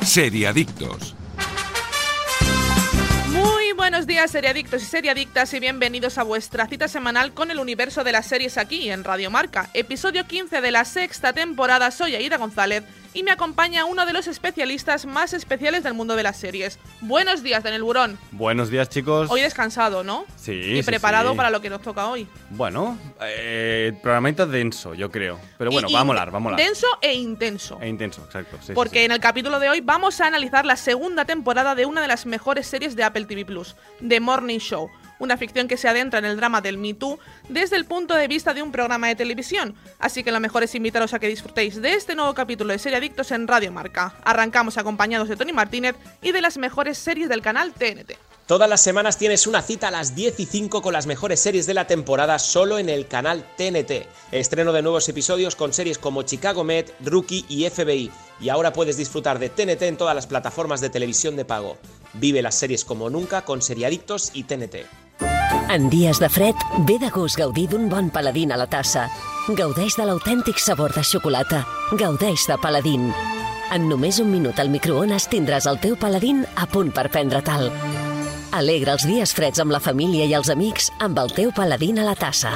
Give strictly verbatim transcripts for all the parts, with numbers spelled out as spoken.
Seriadictos. Muy buenos días, seriadictos y seriadictas, y bienvenidos a vuestra cita semanal con el universo de las series aquí en Radio Marca. Episodio quince de la sexta temporada. Soy Aida González y me acompaña uno de los especialistas más especiales del mundo de las series. Buenos días, Daniel Burón. Buenos días, chicos. Hoy descansado, ¿no? Sí, Y sí, preparado sí. para lo que nos toca hoy. Bueno, eh, programita denso, yo creo. Pero bueno, Y- va a y molar, va a molar. Denso e intenso. E intenso, exacto. Sí, Porque sí, sí. en el capítulo de hoy vamos a analizar la segunda temporada de una de las mejores series de Apple T V plus, The Morning Show, una ficción que se adentra en el drama del Me Too desde el punto de vista de un programa de televisión. Así que lo mejor es invitaros a que disfrutéis de este nuevo capítulo de Seriadictos en Radio Marca. Arrancamos acompañados de Tony Martínez y de las mejores series del canal T N T. Todas las semanas tienes una cita a las diez y cinco con las mejores series de la temporada solo en el canal T N T. Estreno de nuevos episodios con series como Chicago Med, Rookie y F B I. Y ahora puedes disfrutar de T N T en todas las plataformas de televisión de pago. Vive las series como nunca con Seriadictos i T N T. En dies de fred, ve de gust gaudir d'un bon paladín a la tassa. Gaudeix de l'autèntic sabor de xocolata. Gaudeix de paladín. En només un minut al microones tindràs el teu paladín a punt per prendre-te'l. Alegra els dies freds amb la família i els amics amb el teu paladín a la tassa.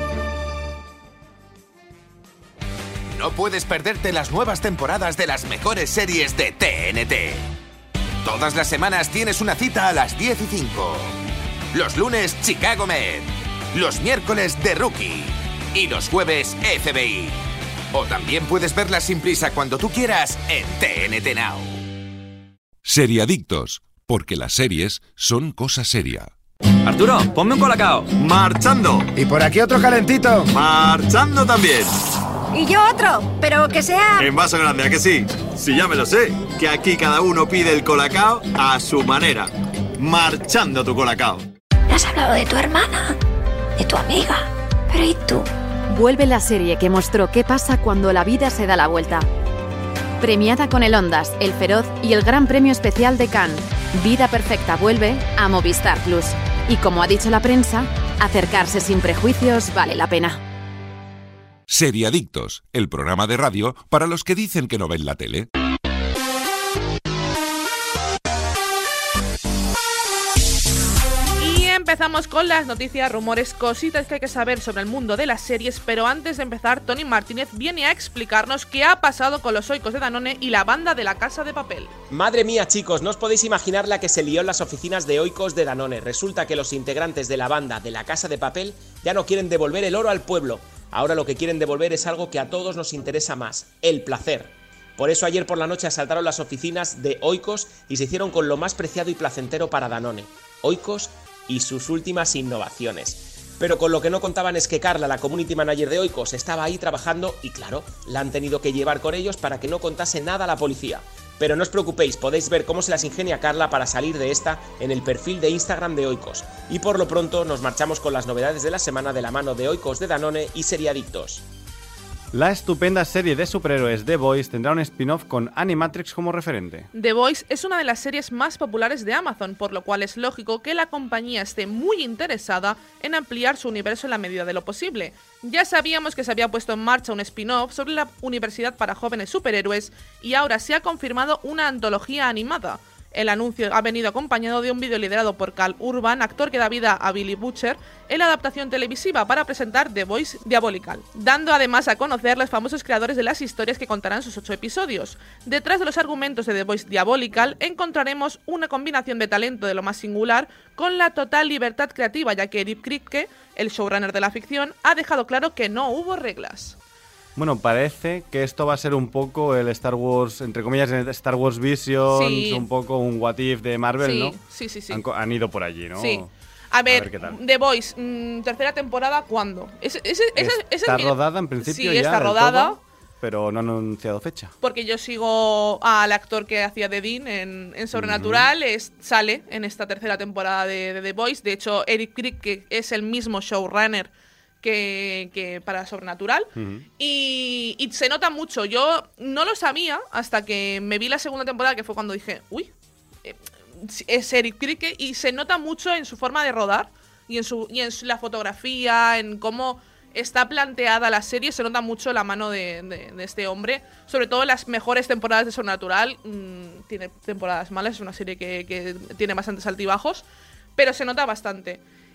No puedes perderte las nuevas temporadas de las mejores series de T N T. Todas las semanas tienes una cita a las diez y cinco. Los lunes, Chicago Med. Los miércoles, The Rookie. Y los jueves, F B I. O también puedes verlas sin prisa cuando tú quieras en T N T Now. Seriadictos, porque las series son cosa seria. Arturo, ponme un colacao. ¡Marchando! Y por aquí otro calentito. ¡Marchando también! Y yo otro, pero que sea... En vaso grande, ¿a que sí? Sí, ya me lo sé, que aquí cada uno pide el colacao a su manera. Marchando tu colacao. ¿Me has hablado de tu hermana? ¿De tu amiga? Pero ¿y tú? Vuelve la serie que mostró qué pasa cuando la vida se da la vuelta. Premiada con el Ondas, el Feroz y el Gran Premio Especial de Cannes, Vida Perfecta vuelve a Movistar Plus. Y como ha dicho la prensa, acercarse sin prejuicios vale la pena. Seriadictos, el programa de radio para los que dicen que no ven la tele. Y empezamos con las noticias, rumores, cositas que hay que saber sobre el mundo de las series, pero antes de empezar, Tony Martínez viene a explicarnos qué ha pasado con los Oikos de Danone y la banda de La Casa de Papel. Madre mía, chicos, no os podéis imaginar la que se lió en las oficinas de Oikos de Danone. Resulta que los integrantes de la banda de La Casa de Papel ya no quieren devolver el oro al pueblo. Ahora lo que quieren devolver es algo que a todos nos interesa más, el placer. Por eso ayer por la noche asaltaron las oficinas de Oikos y se hicieron con lo más preciado y placentero para Danone, Oikos y sus últimas innovaciones. Pero con lo que no contaban es que Carla, la community manager de Oikos, estaba ahí trabajando y claro, la han tenido que llevar con ellos para que no contase nada a la policía. Pero no os preocupéis, podéis ver cómo se las ingenia Carla para salir de esta en el perfil de Instagram de Oikos. Y por lo pronto nos marchamos con las novedades de la semana de la mano de Oikos de Danone y Seriadictos. La estupenda serie de superhéroes The Boys tendrá un spin-off con Animatrix como referente. The Boys es una de las series más populares de Amazon, por lo cual es lógico que la compañía esté muy interesada en ampliar su universo en la medida de lo posible. Ya sabíamos que se había puesto en marcha un spin-off sobre la Universidad para Jóvenes Superhéroes y ahora se ha confirmado una antología animada. El anuncio ha venido acompañado de un vídeo liderado por Cal Urban, actor que da vida a Billy Butcher, en la adaptación televisiva para presentar The Voice Diabolical, dando además a conocer los famosos creadores de las historias que contarán sus ocho episodios. Detrás de los argumentos de The Voice Diabolical encontraremos una combinación de talento de lo más singular con la total libertad creativa, ya que Eric Kripke, el showrunner de la ficción, ha dejado claro que no hubo reglas. Bueno, parece que esto va a ser un poco el Star Wars, entre comillas, Star Wars Visions, sí. un poco un What If de Marvel, sí, ¿no? Sí, sí, sí. Han, han ido por allí, ¿no? Sí. A ver, a ver qué tal. The Voice, mmm, tercera temporada, ¿cuándo? Ese, ese, ese, ese está es mi... rodada en principio sí, ya está del rodada, todo, pero no han anunciado fecha. Porque yo sigo al actor que hacía de Dean en, en Sobrenatural, uh-huh. es, sale en esta tercera temporada de, de The Voice. De hecho, Eric Kripke, que es el mismo showrunner Que, que para Sobrenatural uh-huh. y, y se nota mucho. Yo no lo sabía hasta que me vi la segunda temporada, que fue cuando dije, uy, eh, es Eric Kripke, y se nota mucho en su forma de rodar y en su y en su, la fotografía, en cómo está planteada la serie, se nota mucho la mano de, de, de este hombre, sobre todo en las mejores temporadas de Sobrenatural. Mmm, tiene temporadas malas, es una serie que, que tiene bastantes altibajos, pero se nota bastante.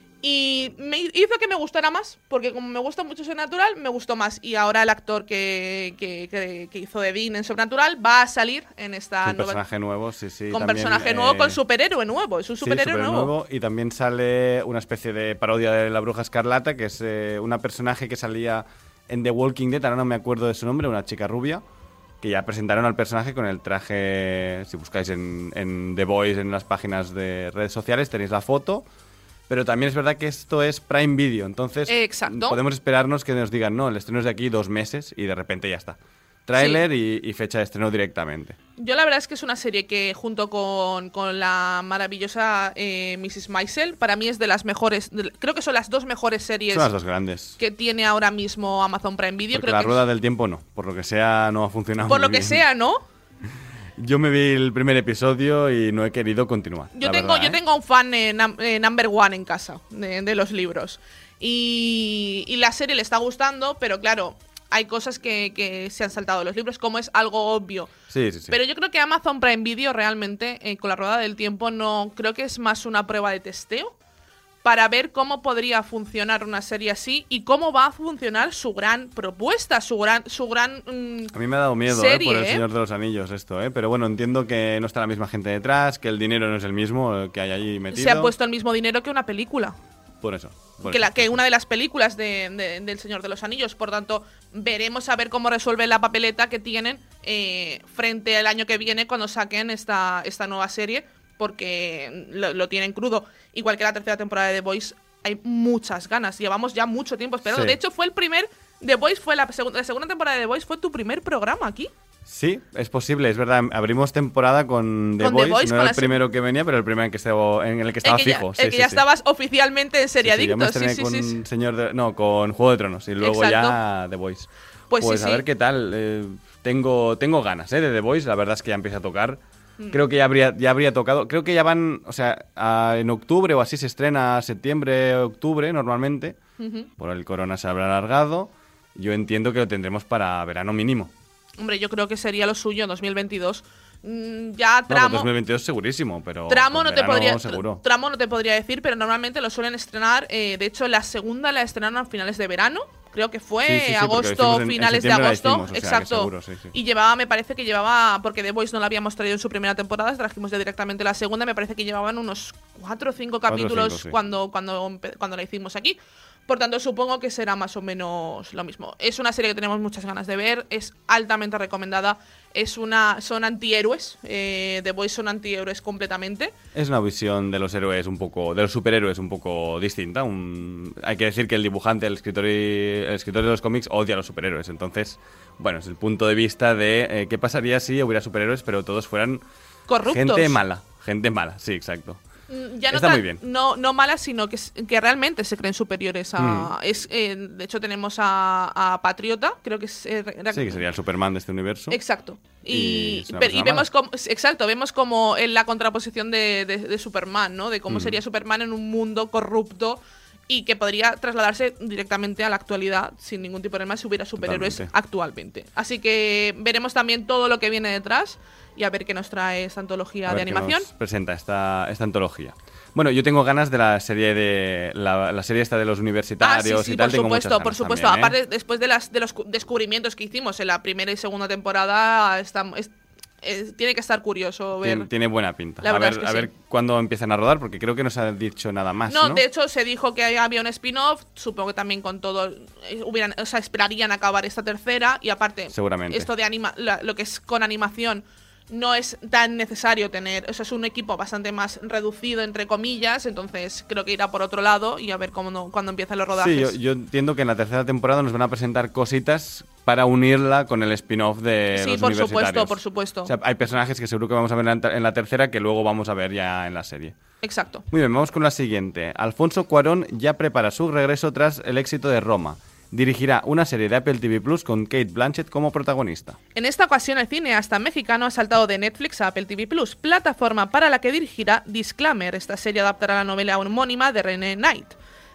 Y me hizo que me gustara más, porque como me gusta mucho Sobrenatural, me gustó más. Y ahora el actor que, que, que, que hizo de Dean en Sobrenatural va a salir en esta con nueva... personaje nuevo, sí, sí. Con también, personaje eh, nuevo, con superhéroe nuevo. Es un sí, superhéroe nuevo. nuevo. Y también sale una especie de parodia de la Bruja Escarlata, que es eh, una personaje que salía en The Walking Dead, ahora no me acuerdo de su nombre, una chica rubia, que ya presentaron al personaje con el traje. Si buscáis en, en The Voice, en las páginas de redes sociales, tenéis la foto. Pero también es verdad que esto es Prime Video, entonces Exacto. podemos esperarnos que nos digan, no, el estreno es de aquí dos meses y de repente ya está. Tráiler sí. y, y fecha de estreno directamente. Yo la verdad es que es una serie que junto con, con la maravillosa eh, missus Maisel, para mí es de las mejores, de, creo que son las dos mejores series son las dos grandes. Que tiene ahora mismo Amazon Prime Video. Porque creo la que rueda es, del tiempo no, por lo que sea no ha funcionado Por muy lo que bien. sea, ¿no? Yo me vi el primer episodio y no he querido continuar. Yo la tengo verdad, yo ¿eh? tengo un fan en, en number one en casa de, de los libros. Y, y la serie le está gustando, pero claro, hay cosas que, que se han saltado de los libros, como es algo obvio. Sí, sí, sí. Pero yo creo que Amazon Prime Video realmente, eh, con la rueda del tiempo, no creo que es más una prueba de testeo para ver cómo podría funcionar una serie así y cómo va a funcionar su gran propuesta, su gran su gran mmm, A mí me ha dado miedo serie, eh, por El ¿eh? Señor de los Anillos esto, ¿eh? Pero bueno, entiendo que no está la misma gente detrás, que el dinero no es el mismo que hay allí metido. Se ha puesto el mismo dinero que una película. Por eso. Por que, eso, la, que una de las películas de, de, del Señor de los Anillos. Por tanto, veremos a ver cómo resuelve la papeleta que tienen eh, frente al año que viene cuando saquen esta, esta nueva serie, porque lo, lo tienen crudo. Igual que la tercera temporada de The Voice, hay muchas ganas. Llevamos ya mucho tiempo esperando. Sí. De hecho, fue el primer... The Voice fue la, seg la segunda temporada de The Voice fue tu primer programa aquí. Sí, es posible, es verdad. Abrimos temporada con The, Con Voice, The Voice, no con era el la primero que venía, pero el primero en, que estaba, en el que estaba el que fijo. Ya, el sí, que sí, ya sí. estabas oficialmente en Serie Sí, sí, yo me Adictos. Sí, estrené sí, sí, con Señor de, no, con Juego de Tronos y luego Exacto. ya The Voice. Pues, Pues sí, a sí. ver qué tal. Eh, tengo, tengo ganas ¿eh? de The Voice, la verdad es que ya empieza a tocar. Mm. Creo que ya habría, ya habría tocado. Creo que ya van, o sea, a, en octubre o así se estrena, septiembre, octubre normalmente. Uh-huh. Por el corona se habrá alargado. Yo entiendo que lo tendremos para verano mínimo. Hombre, yo creo que sería lo suyo dos mil veintidós. Mm, ya No, tramo. dos mil veintidós segurísimo, pero. Tramo no, te podría, seguro. tramo no te podría decir, pero normalmente lo suelen estrenar. Eh, de hecho, la segunda la estrenaron a finales de verano. Creo que fue sí, sí, sí, agosto, en, finales en de agosto. Hicimos, o sea, exacto. Seguro, sí, sí. Y llevaba, me parece que llevaba, porque The Voice no la habíamos traído en su primera temporada, trajimos ya directamente la segunda. Me parece que llevaban unos cuatro o cinco capítulos cinco, sí. cuando, cuando, cuando la hicimos aquí. Por tanto, supongo que será más o menos lo mismo. Es una serie que tenemos muchas ganas de ver, es altamente recomendada. Es una, son antihéroes, eh, The Voice son antihéroes completamente. Es una visión de los héroes un poco, de los superhéroes un poco distinta. Un, hay que decir que el dibujante, el escritor, y, el escritor de los cómics odia a los superhéroes. Entonces, bueno, es el punto de vista de eh, qué pasaría si hubiera superhéroes, pero todos fueran corruptos. Gente mala, gente mala, sí, exacto. Ya no, Está tan, muy bien. No, no malas, sino que, que realmente se creen superiores a... Mm. Es, eh, de hecho, tenemos a, a Patriota, creo que es... Era, sí, que sería el Superman de este universo. Exacto. Y, y, pero, y vemos como... Exacto, vemos como en la contraposición de, de, de Superman, ¿no? De cómo mm. sería Superman en un mundo corrupto y que podría trasladarse directamente a la actualidad sin ningún tipo de problema si hubiera superhéroes Totalmente. actualmente. Así que veremos también todo lo que viene detrás y a ver qué nos trae esta antología a ver de animación. Qué nos presenta esta, esta antología. Bueno, yo tengo ganas de la serie de la, la serie esta de los universitarios ah, sí, sí, y tal. por tengo supuesto, muchas por ganas supuesto. también, ¿eh? Aparte, después de las de los descubrimientos que hicimos en la primera y segunda temporada, está, es, es, tiene que estar curioso ver. Tiene, tiene buena pinta. La a verdad ver, es que a sí. ver cuándo empiezan a rodar, porque creo que no se ha dicho nada más. No, No, de hecho se dijo que había un spin-off. Supongo que también con todo eh, hubieran, o sea, esperarían acabar esta tercera y aparte, seguramente. Esto de anima, la, lo que es con animación. No es tan necesario tener, o sea, es un equipo bastante más reducido, entre comillas, entonces creo que irá por otro lado y a ver cómo no, cuando empiezan los rodajes. Sí, yo, yo entiendo que en la tercera temporada nos van a presentar cositas para unirla con el spin-off de sí, los por universitarios. supuesto, por supuesto. O sea, hay personajes que seguro que vamos a ver en la tercera que luego vamos a ver ya en la serie. Exacto. Muy bien, vamos con la siguiente. Alfonso Cuarón ya prepara su regreso tras el éxito de Roma. Dirigirá una serie de Apple T V Plus con Kate Blanchett como protagonista. En esta ocasión el cineasta mexicano ha saltado de Netflix a Apple T V Plus, plataforma para la que dirigirá Disclaimer. Esta serie adaptará la novela homónima de René Knight.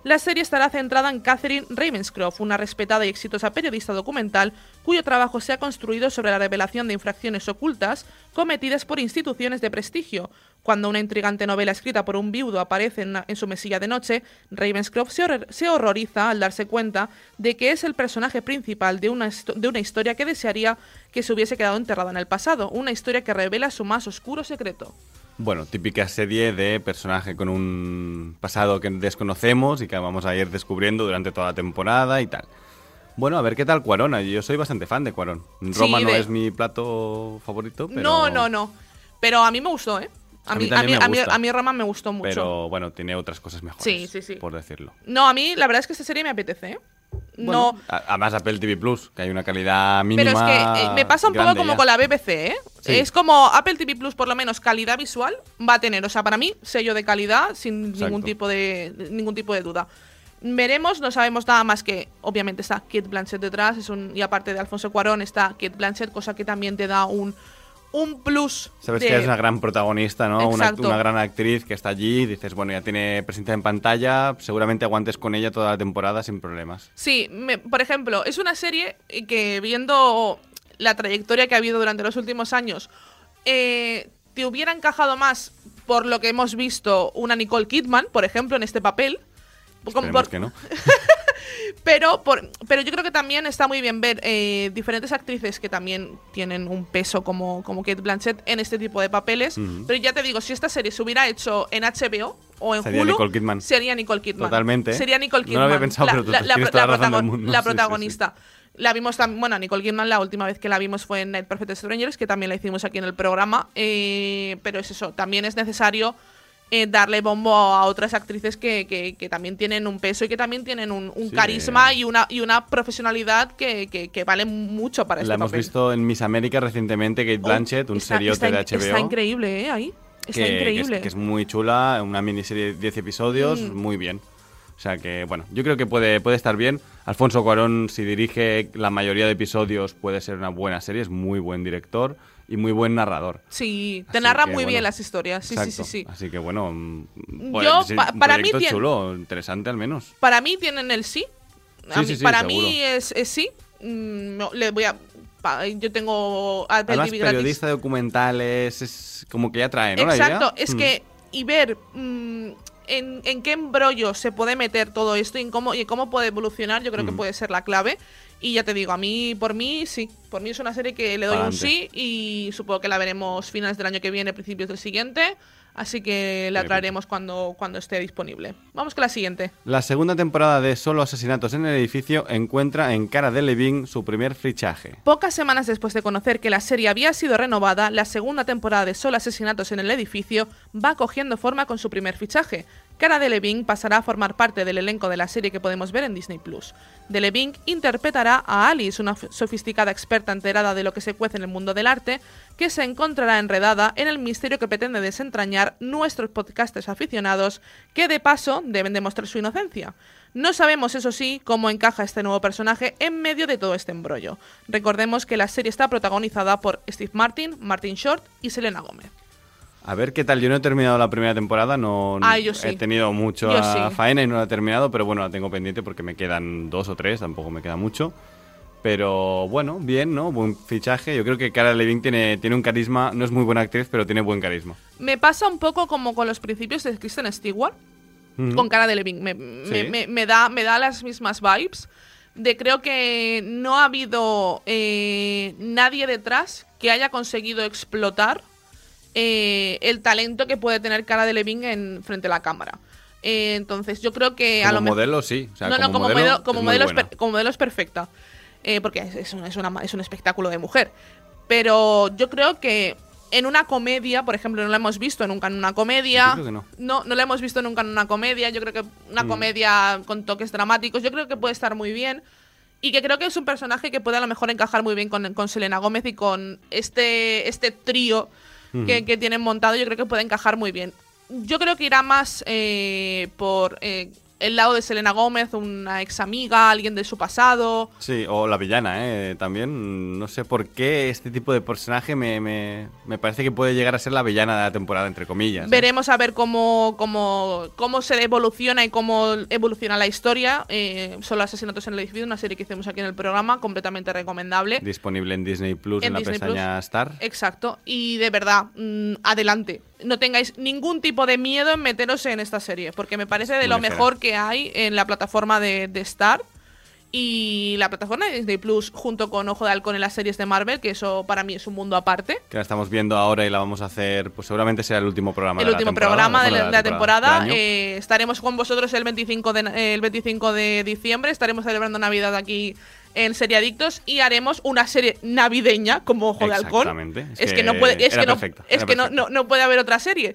La serie estará centrada en Catherine Ravenscroft, una respetada y exitosa periodista documental cuyo trabajo se ha construido sobre la revelación de infracciones ocultas cometidas por instituciones de prestigio. Cuando una intrigante novela escrita por un viudo aparece en, una, en su mesilla de noche, Ravenscroft se, horror, se horroriza al darse cuenta de que es el personaje principal de una, de una historia que desearía que se hubiese quedado enterrada en el pasado, una historia que revela su más oscuro secreto. Bueno, típica serie de personaje con un pasado que desconocemos y que vamos a ir descubriendo durante toda la temporada y tal. Bueno, a ver qué tal Cuarón. Yo soy bastante fan de Cuarón. Roma sí, de... no es mi plato favorito, pero... No, no, no. Pero a mí me gustó, ¿eh? A, a mí, a mí, a mí, a mí Roma me gustó mucho. Pero bueno, tiene otras cosas mejores, sí, sí, sí. por decirlo. No, a mí la verdad es que esta serie me apetece, ¿eh? Bueno, no. Además Apple T V Plus, que hay una calidad mínima. Pero es que eh, me pasa un poco como ya. con la B B C, ¿eh? Sí. Es como Apple T V Plus, por lo menos calidad visual va a tener, o sea, para mí sello de calidad sin Exacto. ningún tipo de ningún tipo de duda. Veremos, no sabemos nada más que obviamente está Cate Blanchett detrás, es un y aparte de Alfonso Cuarón está Cate Blanchett, cosa que también te da un un plus. Sabes de... que es una gran protagonista, ¿no? Una, una gran actriz que está allí, dices, bueno, ya tiene presencia en pantalla, seguramente aguantes con ella toda la temporada sin problemas. Sí, me, por ejemplo, es una serie que viendo la trayectoria que ha habido durante los últimos años, eh, te hubiera encajado más por lo que hemos visto una Nicole Kidman, por ejemplo, en este papel. Esperemos por... que no. Pero, por, pero yo creo que también está muy bien ver eh, diferentes actrices que también tienen un peso como, como Cate Blanchett en este tipo de papeles. Uh-huh. Pero ya te digo, si esta serie se hubiera hecho en H B O o en sería Hulu, Nicole Kidman. sería Nicole Kidman. Totalmente. Sería Nicole Kidman. No lo había pensado, la, pero tú la, la, tienes la, toda la, protagon- del mundo. la sí, protagonista. Sí, sí. La vimos también, bueno, a Nicole Kidman la última vez que la vimos fue en Night Perfect Strangers, que también la hicimos aquí en el programa. Eh, pero es eso, también es necesario Eh, darle bombo a otras actrices que, que, que también tienen un peso y que también tienen un, un sí, carisma eh. y una y una profesionalidad que, que, que vale mucho para este La hemos papel. visto en Miss América recientemente, Cate Blanchett, oh, un está, seriote está, de H B O. Está increíble, ¿eh? Ahí. Está que, increíble. Que es, que es muy chula, una miniserie de diez episodios, mm. muy bien. O sea que, bueno, yo creo que puede, puede estar bien. Alfonso Cuarón, si dirige la mayoría de episodios, puede ser una buena serie, es muy buen director y muy buen narrador. Sí, te así narra que, muy bueno, bien las historias. Sí, exacto. sí, sí, sí. Así que bueno, pues, yo, sí, pa- un para mí proyecto tiene, chulo, interesante al menos. Para mí tienen el sí. A sí, mí, sí, sí para seguro. mí es, es sí. Mm, no, le voy a pa- yo tengo Apple Además, T V gratis. periodista de documentales es como que ya trae, ¿no? Exacto, la idea? es mm. que y ver mm, en, en qué embrollo se puede meter todo esto y en cómo, y cómo puede evolucionar, yo creo mm. que puede ser la clave. Y ya te digo, a mí, por mí, sí. Por mí es una serie que le doy Adelante. un sí y supongo que la veremos finales del año que viene, principios del siguiente. Así que la traeremos cuando, cuando esté disponible. Vamos con la siguiente. La segunda temporada de Solo Asesinatos en el Edificio encuentra en Cara Delevingne su primer fichaje. Pocas semanas después de conocer que la serie había sido renovada, la segunda temporada de Solo Asesinatos en el Edificio va cogiendo forma con su primer fichaje. Cara Delevingne pasará a formar parte del elenco de la serie que podemos ver en Disney plus. Delevingne interpretará a Alice, una sofisticada experta enterada de lo que se cuece en el mundo del arte, que se encontrará enredada en el misterio que pretende desentrañar nuestros podcasters aficionados, que de paso deben demostrar su inocencia. No sabemos, eso sí, cómo encaja este nuevo personaje en medio de todo este embrollo. Recordemos que la serie está protagonizada por Steve Martin, Martin Short y Selena Gomez. A ver qué tal, yo no he terminado la primera temporada, no ah, yo sí. he tenido mucho yo a sí. faena y no la he terminado, pero bueno, la tengo pendiente porque me quedan dos o tres, tampoco me queda mucho. Pero bueno, bien, ¿no? Buen fichaje. Yo creo que Cara Delevingne tiene, tiene un carisma, no es muy buena actriz, pero tiene buen carisma. Me pasa un poco como con los principios de Kristen Stewart, mm-hmm. con Cara Delevingne. Me, ¿Sí? me, me, me, da, me da las mismas vibes. De creo que no ha habido eh, nadie detrás que haya conseguido explotar eh, el talento que puede tener Cara Delevingne en frente a la cámara. Eh, entonces yo creo que como a lo mejor modelo sí, o sea, no, como no, como modelo, modelo, como es modelo, muy es per, como modelo es perfecta, eh, porque es, es, una, es, una, es un espectáculo de mujer. Pero yo creo que en una comedia, por ejemplo, no la hemos visto nunca en una comedia. Yo creo que no. No, no la hemos visto nunca en una comedia. Yo creo que una mm. comedia con toques dramáticos, yo creo que puede estar muy bien. Y que creo que es un personaje que puede a lo mejor encajar muy bien con, con Selena Gomez y con este, este trío mm. que, que tienen montado. Yo creo que puede encajar muy bien. Yo creo que irá más eh, por eh, el lado de Selena Gómez, una ex amiga, alguien de su pasado. Sí, o la villana, ¿eh? También, no sé por qué este tipo de personaje me, me, me parece que puede llegar a ser la villana de la temporada, entre comillas. ¿eh? Veremos a ver cómo, cómo, cómo se evoluciona y cómo evoluciona la historia. Eh, Solo Asesinatos en el Edificio, una serie que hicimos aquí en el programa, completamente recomendable. Disponible en Disney Plus, en, en la Disney pestaña Plus. Star. Exacto, y de verdad, mmm, adelante. No tengáis ningún tipo de miedo en meteros en esta serie, porque me parece de lo mejor que hay en la plataforma de, de Star y la plataforma de Disney Plus, junto con Ojo de Halcón en las series de Marvel, que eso para mí es un mundo aparte. Que la estamos viendo ahora y la vamos a hacer, pues seguramente será el último programa el de la último temporada. programa de la, bueno, de la temporada. temporada. De eh, estaremos con vosotros el veinticinco, de, eh, el veinticinco de diciembre, estaremos celebrando Navidad aquí en Seriadictos y haremos una serie navideña como Ojo de Halcón. Exactamente. Es, es que, que no puede, es que no, perfecto, es que no, no, no puede haber otra serie.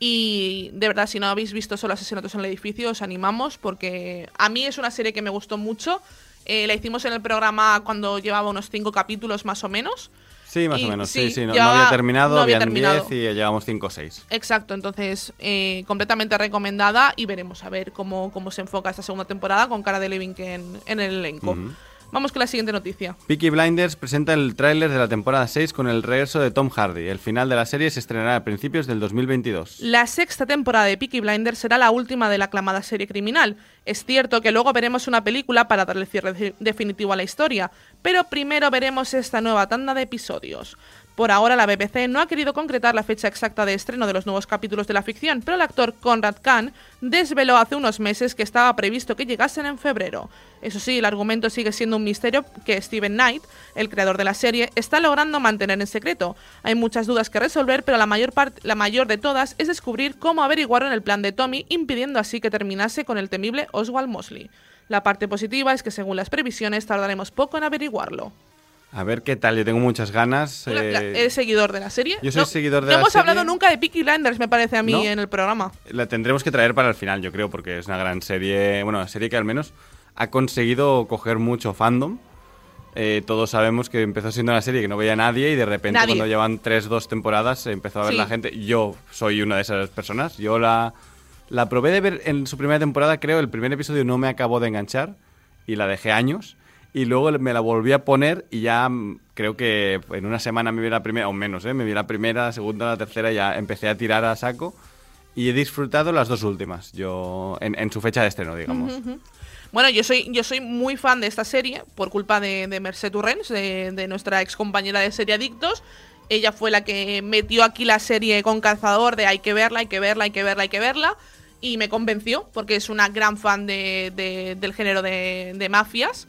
Y de verdad, si no habéis visto Solo Asesinatos en el Edificio, os animamos porque a mí es una serie que me gustó mucho. Eh, la hicimos en el programa cuando llevaba unos cinco capítulos más o menos. Sí, más y, o menos. Sí, sí, sí. No, llevaba, no había terminado, no había habían terminado. diez y llevamos cinco o seis. Exacto, entonces eh, completamente recomendada y veremos a ver cómo, cómo se enfoca esta segunda temporada con Cara Delevingne en, en el elenco. Uh-huh. Vamos con la siguiente noticia. Peaky Blinders presenta el tráiler de la temporada seis con el regreso de Tom Hardy. El final de la serie se estrenará a principios del dos mil veintidós. La sexta temporada de Peaky Blinders será la última de la aclamada serie criminal. Es cierto que luego veremos una película para darle cierre definitivo a la historia, pero primero veremos esta nueva tanda de episodios. Por ahora la B B C no ha querido concretar la fecha exacta de estreno de los nuevos capítulos de la ficción, pero el actor Conrad Kahn desveló hace unos meses que estaba previsto que llegasen en febrero. Eso sí, el argumento sigue siendo un misterio que Steven Knight, el creador de la serie, está logrando mantener en secreto. Hay muchas dudas que resolver, pero la mayor, part- la mayor de todas es descubrir cómo averiguaron el plan de Tommy, impidiendo así que terminase con el temible Oswald Mosley. La parte positiva es que según las previsiones tardaremos poco en averiguarlo. A ver qué tal, yo tengo muchas ganas. La, la, eh... ¿Eres seguidor de la serie? Yo soy no, seguidor de no la hemos serie. hablado nunca de Peaky Blinders, me parece a mí, ¿No? en el programa. La tendremos que traer para el final, yo creo, porque es una gran serie. Bueno, una serie que al menos ha conseguido coger mucho fandom. Eh, todos sabemos que empezó siendo una serie que no veía nadie y de repente nadie. cuando llevan tres, dos temporadas empezó a ver sí. la gente. Yo soy una de esas personas. Yo la, la probé de ver en su primera temporada, creo. El primer episodio no me acabó de enganchar y la dejé años. Y luego me la volví a poner y ya creo que en una semana me vi la primera, o menos, ¿eh? Me vi la primera, la segunda, la tercera y ya empecé a tirar a saco. Y he disfrutado las dos últimas, yo en, en su fecha de estreno, digamos. Uh-huh, uh-huh. Bueno, yo soy, yo soy muy fan de esta serie por culpa de, de Mercè Torrents, de, de nuestra ex compañera de Seriadictos. Ella fue la que metió aquí la serie con calzador de hay que verla, hay que verla, hay que verla, hay que verla. Y me convenció porque es una gran fan de, de, del género de, de mafias.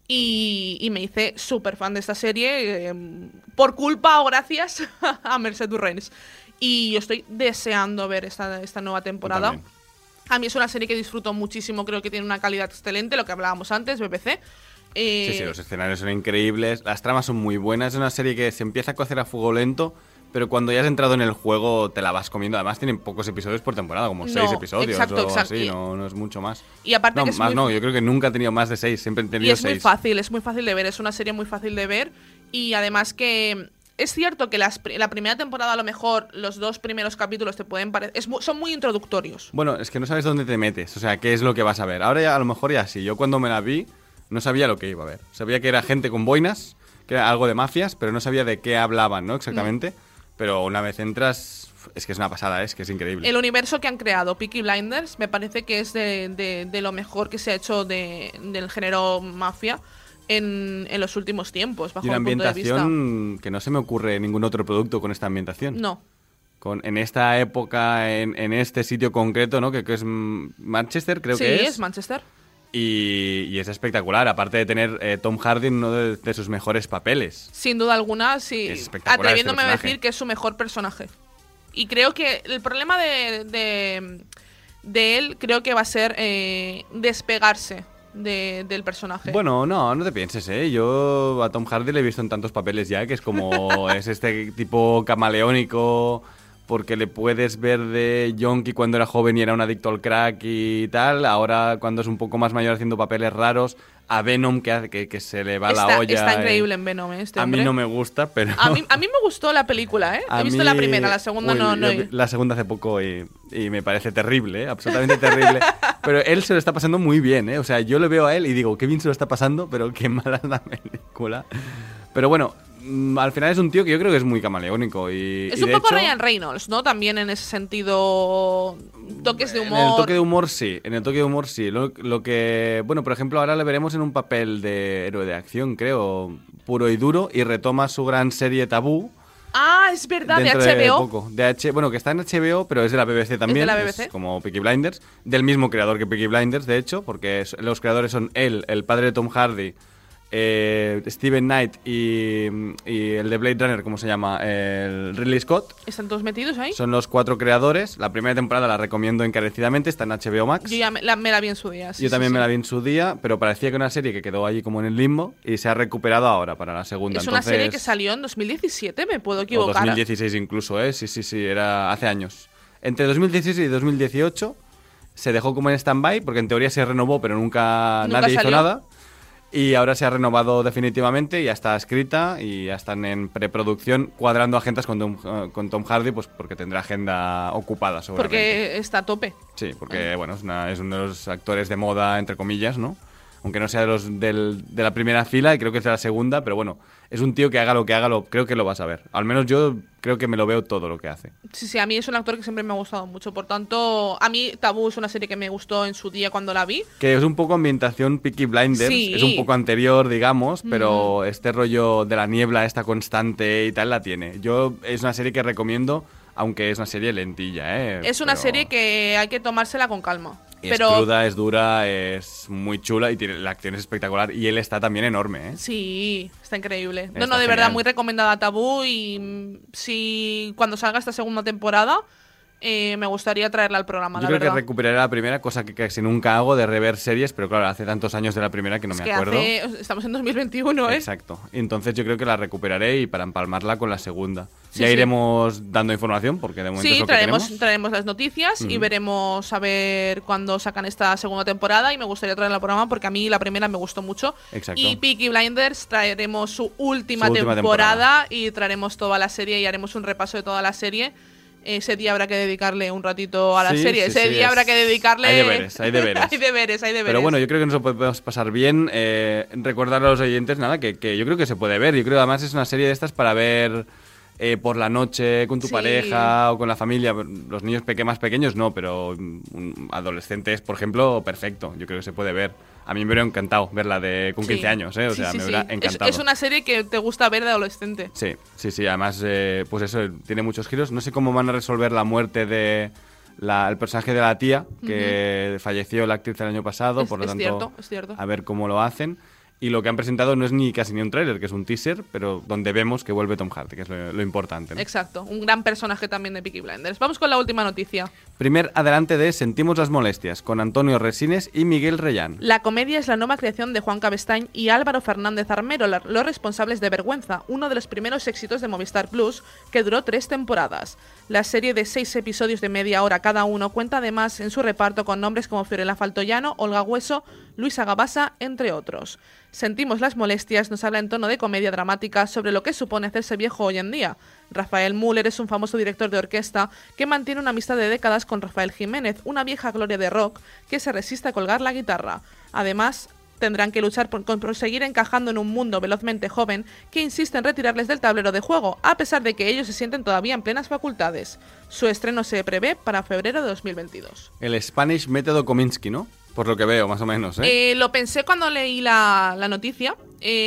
Y, y me hice súper fan de esta serie eh, por culpa o gracias a Mercè Torrents. Y yo estoy deseando ver esta, esta nueva temporada. A mí es una serie que disfruto muchísimo, creo que tiene una calidad excelente, lo que hablábamos antes, B B C. Eh, sí, sí, los escenarios son increíbles, las tramas son muy buenas, es una serie que se empieza a cocer a fuego lento, pero cuando ya has entrado en el juego te la vas comiendo. Además tienen pocos episodios por temporada, como no, seis episodios exacto, o exacto. así, no, no es mucho más. Y aparte no, que es más muy... no, yo creo que nunca he tenido más de seis, siempre he tenido y es seis. muy fácil, es muy fácil de ver, es una serie muy fácil de ver y además que... Es cierto que las, la primera temporada a lo mejor los dos primeros capítulos te pueden parecer... Son muy introductorios. Bueno, es que no sabes dónde te metes, o sea, qué es lo que vas a ver. Ahora ya a lo mejor ya sí, yo cuando me la vi no sabía lo que iba a ver. Sabía que era gente con boinas, que era algo de mafias, pero no sabía de qué hablaban, ¿no? Exactamente. Mm. Pero una vez entras, es que es una pasada, es que es increíble. El universo que han creado, Peaky Blinders, me parece que es de, de, de lo mejor que se ha hecho de, del género mafia. En, en los últimos tiempos, bajo y una mi punto de vista. ambientación que no se me ocurre ningún otro producto con esta ambientación. No. Con, en esta época, en, en este sitio concreto, ¿no? Que, que es Manchester, creo sí, que es. Sí, es Manchester. Y, y es espectacular, aparte de tener eh, Tom Hardy en uno de, de sus mejores papeles. Sin duda alguna, sí. Es espectacular. Atreviéndome este a decir que es su mejor personaje. Y creo que el problema de, de, de él, creo que va a ser eh, despegarse. De, del personaje. Bueno, no, no te pienses, ¿eh? Yo a Tom Hardy le he visto en tantos papeles ya que es como... es este tipo camaleónico, porque le puedes ver de yonki cuando era joven y era un adicto al crack y tal, ahora cuando es un poco más mayor haciendo papeles raros, a Venom que, hace, que, que se le va está, la olla. Está increíble en Venom, ¿eh? Este A hombre. mí no me gusta, pero... A mí, a mí me gustó la película, ¿eh? He visto mí... la primera, la segunda Uy, no... no... La segunda hace poco y, y me parece terrible, ¿eh? Absolutamente terrible. Pero él se lo está pasando muy bien, ¿eh? O sea, yo le veo a él y digo, qué bien se lo está pasando, pero qué mala es la película. Pero bueno... Al final es un tío que yo creo que es muy camaleónico y, Es y un de poco hecho, Ryan Reynolds, ¿no? También en ese sentido, toques de humor. En el toque de humor sí, en el toque de humor sí. Lo, lo que, bueno, por ejemplo, ahora le veremos en un papel de héroe de acción, creo, puro y duro, y retoma su gran serie Tabú. Ah, es verdad, de H H B O. Poco. De H, bueno, que está en H B O, pero es de la B B C también. Es de la B B C. Es como Peaky Blinders. Del mismo creador que Peaky Blinders, de hecho, porque es, los creadores son él, el padre de Tom Hardy, eh, Steven Knight y, y el de Blade Runner, ¿cómo se llama? El Ridley Scott. ¿Están todos metidos ahí? Son los cuatro creadores. La primera temporada la recomiendo encarecidamente, está en H B O Max. Yo ya me la, me la vi en su día. Sí, Yo también sí, me sí. la vi en su día, pero parecía que era una serie que quedó allí como en el limbo y se ha recuperado ahora para la segunda. Es una Entonces, serie que salió en dos mil diecisiete, me puedo o equivocar. dos mil dieciséis incluso, ¿eh? Sí, sí, sí, era hace años. Entre dos mil dieciséis y dos mil dieciocho se dejó como en stand-by, porque en teoría se renovó, pero nunca, Nunca nadie salió. hizo nada. Y ahora se ha renovado definitivamente, ya está escrita y ya están en preproducción cuadrando agendas con Tom, uh, con Tom Hardy, pues porque tendrá agenda ocupada seguramente. Porque está a tope. Sí, porque bueno, es, una- es uno de los actores de moda, entre comillas, ¿no? Aunque no sea de los del- de la primera fila, y creo que es de la segunda, pero bueno, es un tío que haga lo que haga, lo, creo que lo vas a ver. Al menos yo creo que me lo veo todo lo que hace. Sí, sí, a mí es un actor que siempre me ha gustado mucho. Por tanto, a mí Tabú es una serie que me gustó en su día cuando la vi. Que es un poco ambientación Peaky Blinders, Sí. es un poco anterior, digamos, pero este rollo de la niebla, esta constante y tal, la tiene. Yo es una serie que recomiendo, aunque es una serie lentilla, ¿eh? Es una Pero serie que hay que tomársela con calma. es Pero cruda, es dura, es muy chula y tiene, la acción es espectacular. Y él está también enorme, ¿eh? sí, está increíble. No, Está no, de verdad, genial. muy recomendada Tabú. Y mm, si cuando salga esta segunda temporada, eh, me gustaría traerla al programa, Yo la creo verdad. que recuperaré la primera, cosa que casi nunca hago, de rever series, pero claro, hace tantos años de la primera que no Es me que acuerdo. hace, estamos en dos mil veintiuno, ¿eh? Exacto. Entonces yo creo que la recuperaré y para empalmarla con la segunda. Sí, ya sí. iremos dando información porque de momento es Sí, lo que traeremos, tenemos. traeremos las noticias y Ujú. veremos a ver cuándo sacan esta segunda temporada. Y me gustaría traerla al programa porque a mí la primera me gustó mucho. Exacto. Y Peaky Blinders traeremos su última, Su última temporada, temporada. y traeremos toda la serie y haremos un repaso de toda la serie. Ese día habrá que dedicarle un ratito a la Sí, serie. sí, Ese sí, día es- habrá que dedicarle. hay deberes, hay deberes. hay deberes, hay deberes. Pero bueno, yo creo que nos lo podemos pasar bien. Eh, recordar a los oyentes, nada, que, que yo creo que se puede ver. Yo creo que además es una serie de estas para ver eh, por la noche con tu Sí. pareja o con la familia. Los niños peque más pequeños no, pero mm, adolescentes, por ejemplo, perfecto. Yo creo que se puede ver. A mí me hubiera encantado verla de con quince Sí. años, ¿eh? O Sí, sea, sí, me sí. hubiera Es- encantado. Es, una serie que te gusta ver de adolescente. Sí, sí, sí. Además, eh, pues eso, tiene muchos giros. No sé cómo van a resolver la muerte de la- el personaje de la tía, que falleció la actriz el año pasado, Es- por lo es tanto, cierto, es cierto. a ver cómo lo hacen. Y lo que han presentado no es ni casi ni un tráiler, que es un teaser, pero donde vemos que vuelve Tom Hardy, que es lo, lo importante, ¿no? Exacto, un gran personaje también de Peaky Blinders. Vamos con la última noticia. Primer adelante de Sentimos las molestias, con Antonio Resines y Miguel Reyán. La comedia es la nueva creación de Juan Cabestañ y Álvaro Fernández Armero, la- los responsables de Vergüenza, uno de los primeros éxitos de Movistar Plus, que duró tres temporadas. La serie de seis episodios de media hora cada uno cuenta además en su reparto con nombres como Fiorella Faltoyano, Olga Hueso, Luisa Gabasa, entre otros. Sentimos las molestias nos habla en tono de comedia dramática sobre lo que supone hacerse viejo hoy en día. Rafael Müller es un famoso director de orquesta que mantiene una amistad de décadas con Rafael Jiménez, una vieja gloria de rock que se resiste a colgar la guitarra. Además, tendrán que luchar por, por seguir encajando en un mundo velozmente joven que insiste en retirarles del tablero de juego, a pesar de que ellos se sienten todavía en plenas facultades. Su estreno se prevé para febrero de dos mil veintidós. El Spanish Método Kominsky, ¿no? Por lo que veo, más o menos, ¿eh? Eh, lo pensé cuando leí la, la noticia,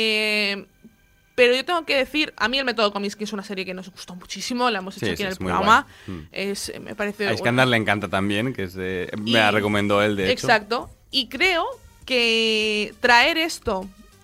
eh, pero yo tengo que decir, a mí el Método Kominsky es una serie que nos gustó muchísimo, la hemos hecho Sí, aquí sí, en el es muy programa. guay. Mm. Es, me parece A Iskandar le encanta también, que es de- me Y- la recomendó él, de hecho. Exacto. Y creo que traer esto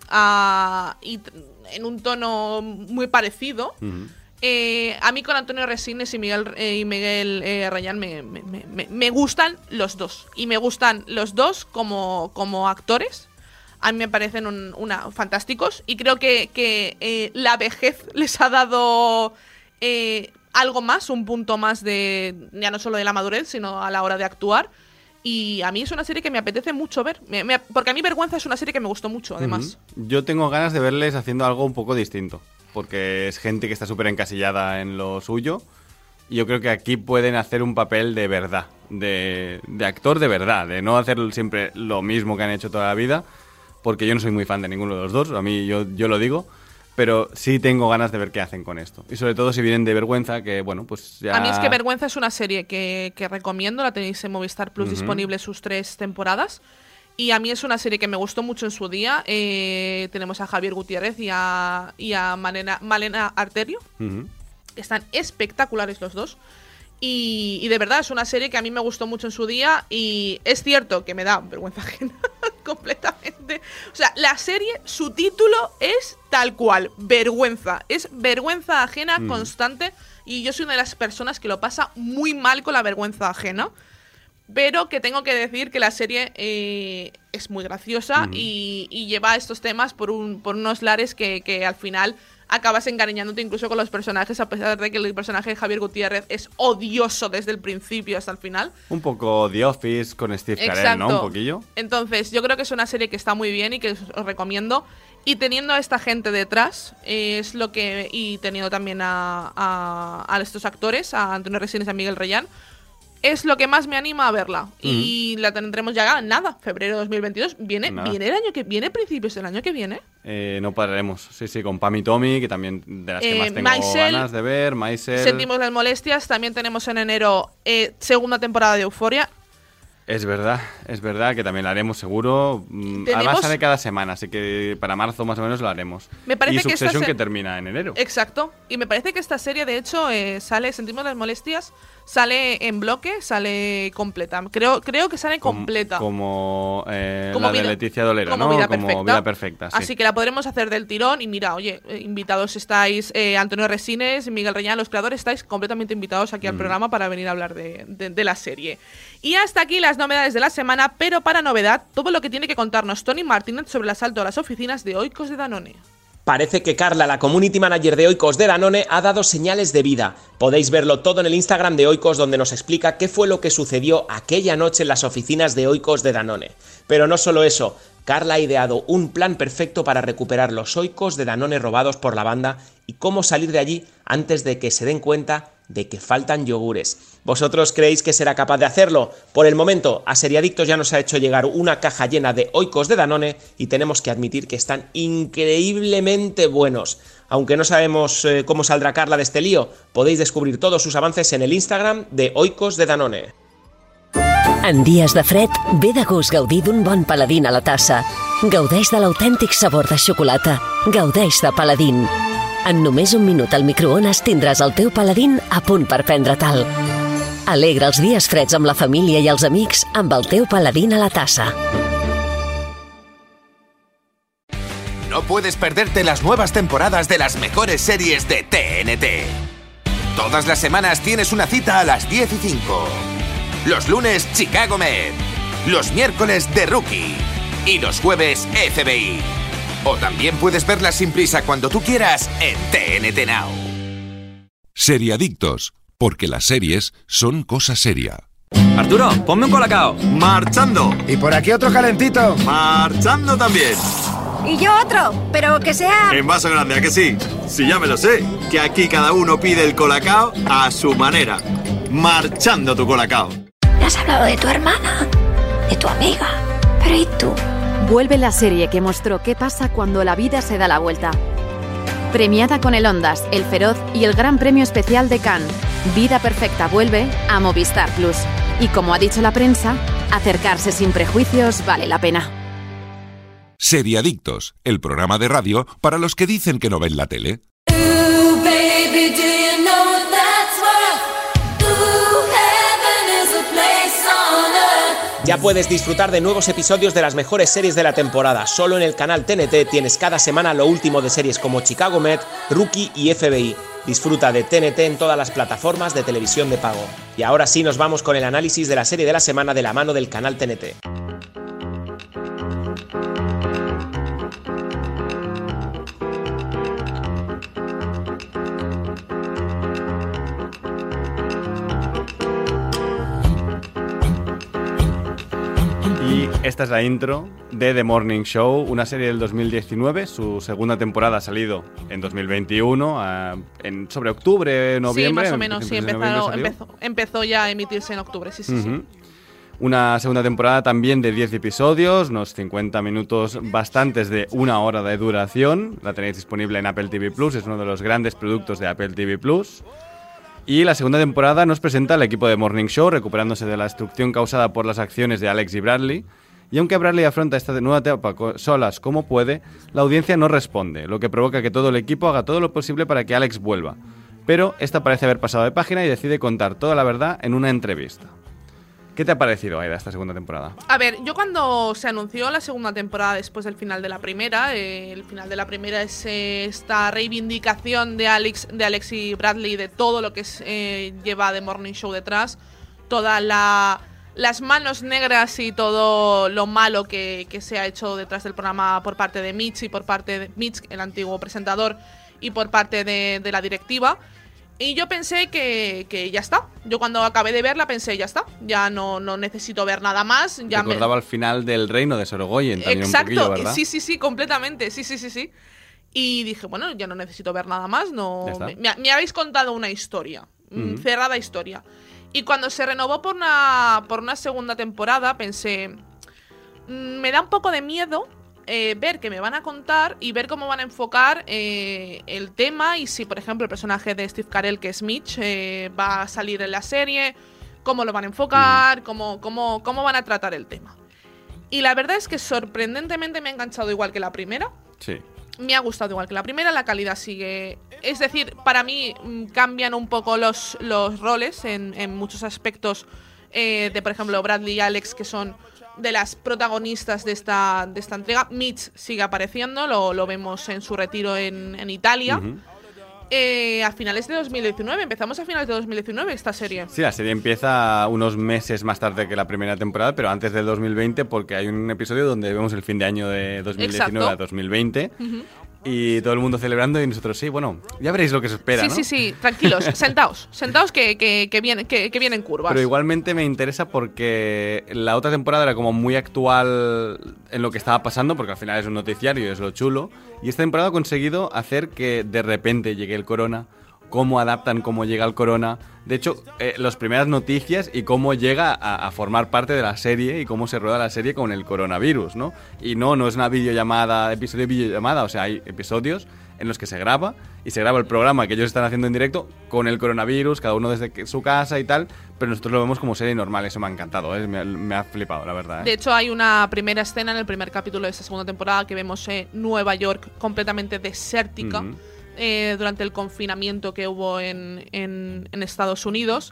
a, y t- en un tono muy parecido, Ujú. eh, a mí con Antonio Resines y Miguel, eh, y Miguel eh, Rayán me, me- me- me- me gustan los dos. Y me gustan los dos como, como actores. A mí me parecen un- una, fantásticos. Y creo que, que, eh, la vejez les ha dado... eh, algo más, un punto más de, ya no solo de la madurez, sino a la hora de actuar. Y a mí es una serie que me apetece mucho ver, me, me, porque a mí Vergüenza es una serie que me gustó mucho, además. Uh-huh. Yo tengo ganas de verles haciendo algo un poco distinto, porque es gente que está súper encasillada en lo suyo, y yo creo que aquí pueden hacer un papel de verdad, de, de actor de verdad, de no hacer siempre lo mismo que han hecho toda la vida, porque yo no soy muy fan de ninguno de los dos, a mí yo, yo lo digo, pero sí tengo ganas de ver qué hacen con esto. Y sobre todo si vienen de Vergüenza, que bueno, pues ya... A mí es que Vergüenza es una serie que, que recomiendo, la tenéis en Movistar Plus uh-huh. disponible sus tres temporadas. Y a mí es una serie que me gustó mucho en su día. Eh, tenemos a Javier Gutiérrez y a, y a Malena, Malena Arterio. Uh-huh. Están espectaculares los dos. Y, y de verdad es una serie que a mí me gustó mucho en su día. Y es cierto que me da vergüenza ajena completamente. O sea, la serie, su título es tal cual, vergüenza. Es vergüenza ajena mm. constante. Y yo soy una de las personas que lo pasa muy mal con la vergüenza ajena. Pero que tengo que decir que la serie eh, es muy graciosa mm. y, y lleva estos temas por, un, por unos lares que, que al final acabas encariñándote incluso con los personajes, a pesar de que el personaje de Javier Gutiérrez es odioso desde el principio hasta el final. Un poco The Office con Steve Carell, ¿no? Un poquillo. Entonces, yo creo que es una serie que está muy bien y que os, os recomiendo. Y teniendo a esta gente detrás, eh, es lo que... Y teniendo también a, a, a estos actores, a Antonio Resines y a Miguel Reyán, es lo que más me anima a verla. Mm. Y la tendremos ya, nada, febrero de dos mil veintidós. ¿Viene, ¿viene el año que viene, principios del año que viene? Eh, no pararemos. Sí, sí, con Pam y Tommy, que también de las que eh, más tengo Maisel, ganas de ver. Maisel. Sentimos las molestias. También tenemos en enero eh, segunda temporada de Euphoria. Es verdad, es verdad que también la haremos seguro. ¿Tenemos? Además sale cada semana, así que para marzo más o menos lo haremos. Me parece y que Succession esta se... que termina en enero. Exacto. Y me parece que esta serie, de hecho, eh, sale, Sentimos las molestias, sale en bloque, sale completa. Creo, creo que sale completa. Como, como, eh, como la vida, de Leticia Dolera, como ¿no? Vida como Perfecta. Vida Perfecta. Sí. Así que la podremos hacer del tirón. Y mira, oye, eh, invitados estáis, eh, Antonio Resines, Miguel Reñán, los creadores, estáis completamente invitados aquí al mm. programa para venir a hablar de, de, de la serie. Y hasta aquí las novedades de la semana, pero para novedad, todo lo que tiene que contarnos Tony Martínez sobre el asalto a las oficinas de Oikos de Danone. Parece que Carla, la community manager de Oikos de Danone, ha dado señales de vida. Podéis verlo todo en el Instagram de Oikos, donde nos explica qué fue lo que sucedió aquella noche en las oficinas de Oikos de Danone. Pero no solo eso, Carla ha ideado un plan perfecto para recuperar los Oikos de Danone robados por la banda y cómo salir de allí antes de que se den cuenta de que faltan yogures. ¿Vosotros creéis que será capaz de hacerlo? Por el momento, a Seriadictos ya nos ha hecho llegar una caja llena de Oikos de Danone y tenemos que admitir que están increíblemente buenos. Aunque no sabemos eh, cómo saldrá Carla de este lío, podéis descubrir todos sus avances en el Instagram de Oikos de Danone. En dies de fred, ve de gust gaudir d'un bon paladín a la tassa. Gaudeix de l'autèntic sabor de xocolata. Gaudeix de Paladín. En només un minut al microones tindràs el teu Paladín a punt per prendre tal. Alegra els dies freds amb la família i els amics amb el teu Paladín a la tassa. No puedes perderte las nuevas temporadas de las mejores series de T N T. Todas las semanas tienes una cita a las diez y cinco. Los lunes, Chicago Med. Los miércoles, The Rookie. Y los jueves, F B I. O también puedes verlas sin prisa cuando tú quieras en T N T Now. Seriadictos, porque las series son cosa seria. Arturo, ponme un colacao. Marchando. Y por aquí otro calentito. Marchando también. Y yo otro, pero que sea... En vaso grande, ¿a que sí? Si ya me lo sé, que aquí cada uno pide el colacao a su manera. Marchando tu colacao. ¿Me has hablado de tu hermana? ¿De tu amiga? Pero ¿y tú? Vuelve la serie que mostró qué pasa cuando la vida se da la vuelta. Premiada con el Ondas, el Feroz y el Gran Premio Especial de Cannes, Vida Perfecta vuelve a Movistar Plus. Y como ha dicho la prensa, acercarse sin prejuicios vale la pena. Seriadictos, el programa de radio para los que dicen que no ven la tele. Ooh, baby, do you know what that's worth? Ooh, heaven is a place on earth. Ya puedes disfrutar de nuevos episodios de las mejores series de la temporada. Solo en el canal T N T tienes cada semana lo último de series como Chicago Med, Rookie y F B I. Disfruta de T N T en todas las plataformas de televisión de pago. Y ahora sí nos vamos con el análisis de la serie de la semana de la mano del canal T N T. Esta es la intro de The Morning Show, una serie del dos mil diecinueve. Su segunda temporada ha salido en dos mil veintiuno, uh, en, sobre octubre, noviembre. Sí, más o menos, sí, empezó, empezó, empezó ya a emitirse en octubre, sí, sí, uh-huh. sí. Una segunda temporada también de diez episodios, unos cincuenta minutos bastantes de una hora de duración. La tenéis disponible en Apple T V Plus, es uno de los grandes productos de Apple T V Plus. Y la segunda temporada nos presenta al equipo de Morning Show, recuperándose de la destrucción causada por las acciones de Alex y Bradley. Y aunque Bradley afronta esta nueva etapa solas como puede, la audiencia no responde, lo que provoca que todo el equipo haga todo lo posible para que Alex vuelva. Pero esta parece haber pasado de página y decide contar toda la verdad en una entrevista. ¿Qué te ha parecido, Aida, esta segunda temporada? A ver, yo cuando se anunció la segunda temporada después del final de la primera, eh, el final de la primera es eh, esta reivindicación de Alex, de Alex y Bradley, de todo lo que es, eh, lleva The Morning Show detrás, todas la, las manos negras y todo lo malo que, que se ha hecho detrás del programa por parte de Mitch y por parte de Mitch, el antiguo presentador, y por parte de, de la directiva. Y yo pensé que, que ya está. Yo cuando acabé de verla pensé, ya está. Ya no, no necesito ver nada más. Ya Recordaba me... al final del Reino de Sorogoyen también. Exacto, un poquillo, ¿verdad? sí, sí, sí, completamente. Sí, sí, sí, sí. Y dije, bueno, ya no necesito ver nada más. No, me, me habéis contado una historia. Uh-huh. Cerrada historia. Y cuando se renovó por una, por una segunda temporada, pensé, me da un poco de miedo Eh, ver qué me van a contar y ver cómo van a enfocar eh, el tema y si, por ejemplo, el personaje de Steve Carell, que es Mitch, eh, va a salir en la serie, cómo lo van a enfocar, mm. cómo, cómo, cómo van a tratar el tema. Y la verdad es que sorprendentemente me ha enganchado igual que la primera. Sí. Me ha gustado igual que la primera, la calidad sigue... Es decir, para mí mm, cambian un poco los, los roles en, en muchos aspectos eh, de, por ejemplo, Bradley y Alex, que son de las protagonistas de esta, de esta entrega. Mitch sigue apareciendo, lo, lo vemos en su retiro en, en Italia. Uh-huh. eh, a finales de dos mil diecinueve, empezamos a finales de dos mil diecinueve esta serie. Sí, la serie empieza unos meses más tarde que la primera temporada, pero antes del dos mil veinte, porque hay un episodio donde vemos el fin de año de dos mil diecinueve Exacto. a dos mil veinte. Uh-huh. Y todo el mundo celebrando y nosotros, sí, bueno, ya veréis lo que se espera, sí, ¿no? Sí, sí, sí, tranquilos, sentaos, sentaos que, que, que, viene, que, que vienen curvas. Pero igualmente me interesa porque la otra temporada era como muy actual en lo que estaba pasando, porque al final es un noticiario y es lo chulo. Y esta temporada ha conseguido hacer que de repente llegue el corona, cómo adaptan, cómo llega el corona. De hecho, eh, las primeras noticias y cómo llega a, a formar parte de la serie y cómo se rueda la serie con el coronavirus, ¿no? Y no, no es una videollamada, episodio de videollamada, o sea, hay episodios en los que se graba y se graba el programa que ellos están haciendo en directo con el coronavirus, cada uno desde su casa y tal, pero nosotros lo vemos como serie normal. Eso me ha encantado, ¿eh? me, me ha flipado, la verdad, ¿eh? De hecho, hay una primera escena en el primer capítulo de esta segunda temporada que vemos en Nueva York completamente desértica. Uh-huh. Eh, durante el confinamiento que hubo en, en, en Estados Unidos.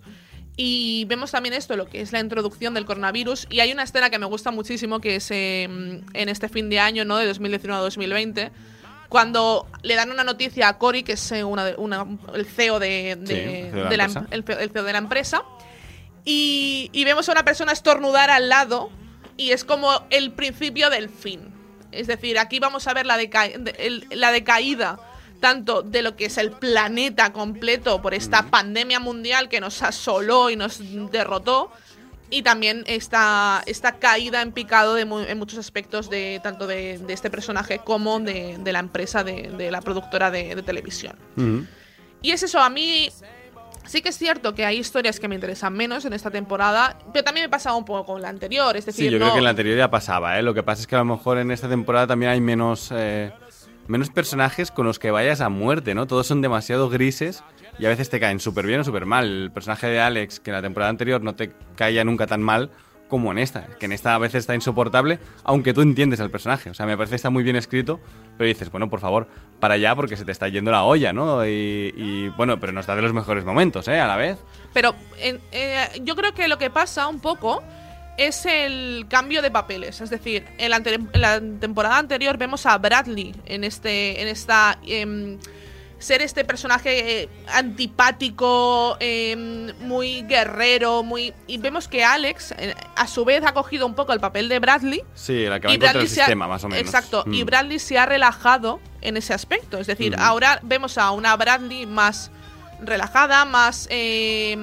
Y vemos también esto, lo que es la introducción del coronavirus. Y hay una escena que me gusta muchísimo, que es eh, en este fin de año, ¿no? De dos mil diecinueve a dos mil veinte, cuando le dan una noticia a Cory, que es una, una, el C E O de, de, sí, de, de la, la el, el C E O de la empresa, y, y vemos a una persona estornudar al lado, y es como el principio del fin. Es decir, aquí vamos a ver la, deca de, el, la decaída tanto de lo que es el planeta completo por esta mm. pandemia mundial que nos asoló y nos derrotó, y también esta, esta caída en picado de mu en muchos aspectos de tanto de, de este personaje como de, de la empresa, de, de la productora de, de televisión. Mm. Y es eso, a mí sí que es cierto que hay historias que me interesan menos en esta temporada, pero también me pasaba un poco con la anterior. Es decir, sí, yo no... creo que en la anterior ya pasaba, ¿eh? Lo que pasa es que a lo mejor en esta temporada también hay menos... Eh... menos personajes con los que vayas a muerte, ¿no? Todos son demasiado grises y a veces te caen súper bien o súper mal. El personaje de Alex, que en la temporada anterior no te caía nunca tan mal como en esta, que en esta a veces está insoportable, aunque tú entiendes al personaje. O sea, me parece que está muy bien escrito, pero dices, bueno, por favor, para allá porque se te está yendo la olla, ¿no? Y, y bueno, pero nos da de los mejores momentos, ¿eh? A la vez. Pero eh, eh, yo creo que lo que pasa un poco es el cambio de papeles. Es decir, en la, en la temporada anterior vemos a Bradley en este en esta eh, ser este personaje eh, antipático, eh, muy guerrero, muy y vemos que Alex eh, a su vez ha cogido un poco el papel de Bradley. Sí, la que va en contra del sistema, más o menos. Exacto, mm. y Bradley se ha relajado en ese aspecto. Es decir, mm. ahora vemos a una Bradley más relajada, más... Eh,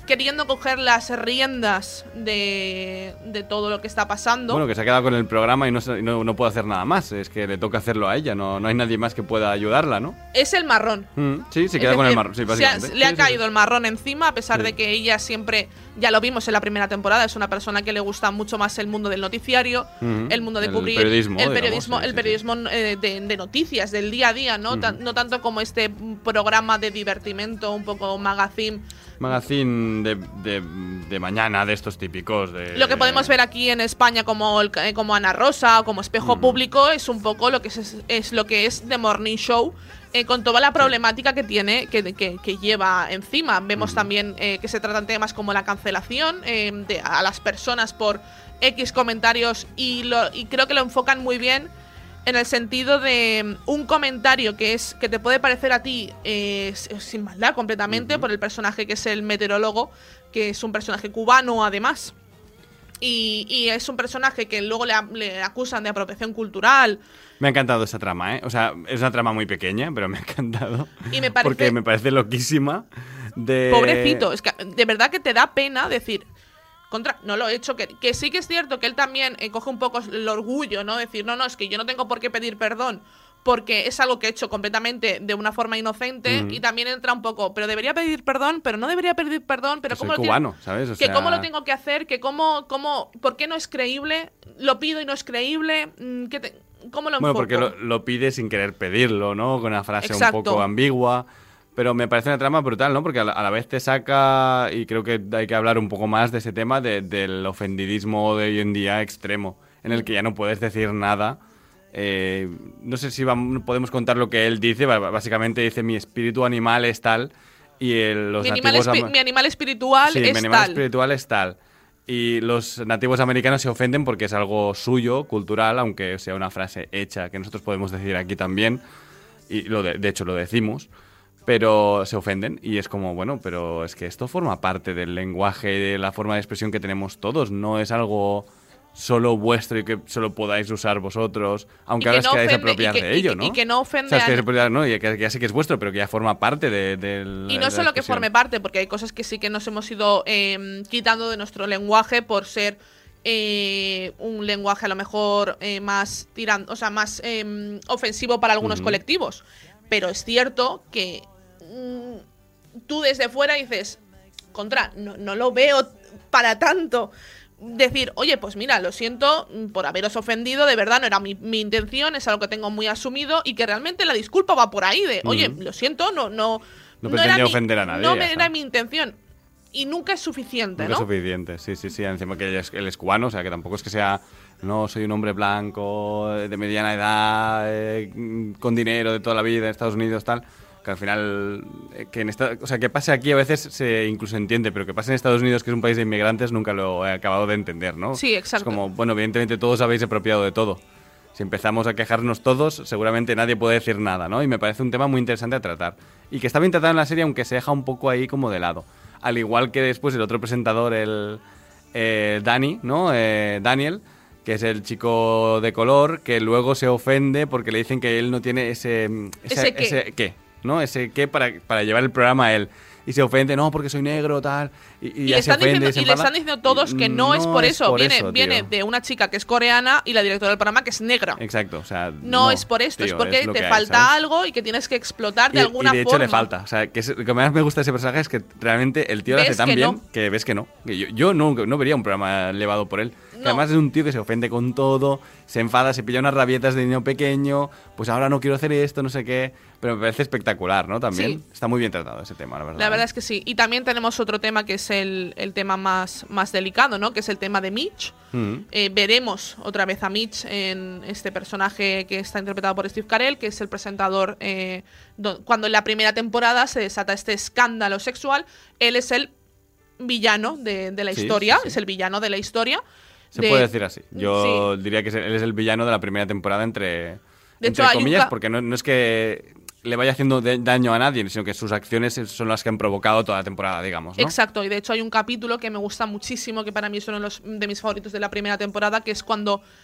queriendo coger las riendas de, de todo lo que está pasando. Bueno, que se ha quedado con el programa y no, se- no, no puede hacer nada más. Es que le toca hacerlo a ella, no, no hay nadie más que pueda ayudarla, ¿no? Es el marrón. Mm, sí, se Es queda con el decir, marrón, sí, se ha- básicamente. le ha Sí, sí, caído sí. el marrón encima, a pesar Sí. de que ella siempre, ya lo vimos en la primera temporada, es una persona que le gusta mucho más el mundo del noticiario, Ujú. el mundo de El cubrir periodismo, el digamos, periodismo, sí, el sí, periodismo eh, de, de noticias del día a día, ¿no? Ujú. Tan- no tanto como este programa de divertimento, un poco magazine. Magazine de, de, de mañana, de estos típicos. De, Lo que podemos ver aquí en España como, el- eh, como Ana Rosa o como Espejo Público es un poco lo que es, es lo que es The Morning Show, eh, con toda la problemática que tiene, que, que, que lleva encima. Vemos también eh, que se tratan temas como la cancelación eh, de, a las personas por X comentarios y, lo, y creo que lo enfocan muy bien en el sentido de mm, un comentario que es que te puede parecer a ti eh, s- sin maldad completamente por el personaje que es el meteorólogo, que es un personaje cubano además. Y, y es un personaje que luego le, a- le acusan de apropiación cultural. Me ha encantado esa trama, ¿eh? O sea, es una trama muy pequeña, pero me ha encantado. Y me parece- Porque me parece loquísima. De... Pobrecito, es que de verdad que te da pena decir, contra, no lo he hecho, que, que sí que es cierto que él también eh, coge un poco el orgullo, ¿no? Decir, no, no, es que yo no tengo por qué pedir perdón porque es algo que he hecho completamente de una forma inocente. Ujú. Y también entra un poco, pero debería pedir perdón, pero no debería pedir perdón, pero Que cómo soy lo tiene- cubano, ¿sabes? O que sea- cómo lo tengo que hacer, que cómo, cómo, por qué no es creíble, lo pido y no es creíble, mm, ¿qué te- ¿cómo lo Bueno, enfoco? porque lo, lo pide sin querer pedirlo, ¿no? Con una frase Exacto. un poco ambigua. Pero me parece una trama brutal, ¿no? Porque a la, a la vez te saca, y creo que hay que hablar un poco más de ese tema, de- del ofendidismo de hoy en día extremo, en el que ya no puedes decir nada. Eh, no sé si vam- podemos contar lo que él dice. Ba- Básicamente dice, mi espíritu animal es tal, y el- los mi, animal nativos... espi- ama- mi animal espiritual Sí, es mi animal tal. espiritual es tal. Y los nativos americanos se ofenden porque es algo suyo, cultural, aunque sea una frase hecha que nosotros podemos decir aquí también. Y lo de, de hecho lo decimos. Pero se ofenden y es como, bueno, pero es que esto forma parte del lenguaje y de la forma de expresión que tenemos todos. No es algo solo vuestro y que solo podáis usar vosotros, aunque Y ahora que os no queráis ofende- apropiar y que- de y ello, que- ¿no? y que no ofende O sea, es que a- se apropiar, ¿no? Y que, que ya sé que es vuestro, pero que ya forma parte de, del- Y de no la solo que expresión. forme parte, porque hay cosas que sí que nos hemos ido eh, quitando de nuestro lenguaje por ser eh, un lenguaje a lo mejor eh, más tirando, o sea, más eh, ofensivo para algunos Ujú. colectivos. Pero es cierto que mm, tú desde fuera dices, contra, no, no lo veo para tanto. Decir, oye, pues mira, lo siento mm, por haberos ofendido, de verdad no era mi, mi intención, es algo que tengo muy asumido y que realmente la disculpa va por ahí de, oye, Ujú. lo siento, no, no, No era pretendía mi- ofender a nadie, No ya me está. era mi intención. Y nunca es suficiente, Nunca es ¿no? suficiente, sí, sí, sí. Encima que él es, él es cubano, o sea, que tampoco es que sea, no, soy un hombre blanco, eh, de mediana edad, eh, mm, con dinero de toda la vida en Estados Unidos, tal. Que al final, eh, que en esta, o sea, que pase aquí a veces se incluso entiende, pero que pase en Estados Unidos, que es un país de inmigrantes, nunca lo he acabado de entender, ¿no? Sí, exacto. Es como, bueno, evidentemente todos habéis apropiado de todo. Si empezamos a quejarnos todos, seguramente nadie puede decir nada, ¿no? Y me parece un tema muy interesante a tratar. Y que está bien tratado en la serie, aunque se deja un poco ahí como de lado. Al igual que después el otro presentador, el eh, Dani, ¿no? Eh, Daniel, que es el chico de color, que luego se ofende porque le dicen que él no tiene ese... esa- Ese qué. ese qué, ¿no? Ese qué para, para llevar el programa a él. Y se ofende, no, porque soy negro, tal. Y, y Y, ya le se están ofende diciendo, y se y le enfada. están diciendo todos que no, es por eso. por viene eso, viene tío. de una chica que es coreana y la directora del programa que es negra. Exacto, o sea... No, es por esto, es tío, porque lo te que hay, falta ¿sabes? algo y que tienes que explotar de Y- alguna y de hecho forma. le falta. O sea, que es- lo que más me gusta de ese personaje es que realmente el tío lo hace Ves tan que bien no. que ves que no. Que yo yo no, no vería un programa elevado por él. Que No. además es un tío que se ofende con todo, se enfada, se pilla unas rabietas de niño pequeño, pues ahora no quiero hacer esto, no sé qué. Pero me parece espectacular, ¿no? También Sí. está muy bien tratado ese tema, la verdad. La verdad es que sí. Y también tenemos otro tema que es el, el tema más, más delicado, ¿no? Que es el tema de Mitch. Mm. Eh, veremos otra vez a Mitch en este personaje que está interpretado por Steve Carell, que es el presentador. eh, do- cuando en la primera temporada se desata este escándalo sexual, él es el villano de, de la Sí, historia, sí, sí. es el villano de la historia. Se de- puede decir así. Yo Sí. diría que es- él es el villano de la primera temporada entre, De entre hecho, hay un comillas, ca- porque no, no es que le vaya haciendo de- daño a nadie, sino que sus acciones son las que han provocado toda la temporada, digamos, ¿no? Exacto, y de hecho hay un capítulo que me gusta muchísimo, que para mí es uno de, los, de mis favoritos de la primera temporada, que es cuando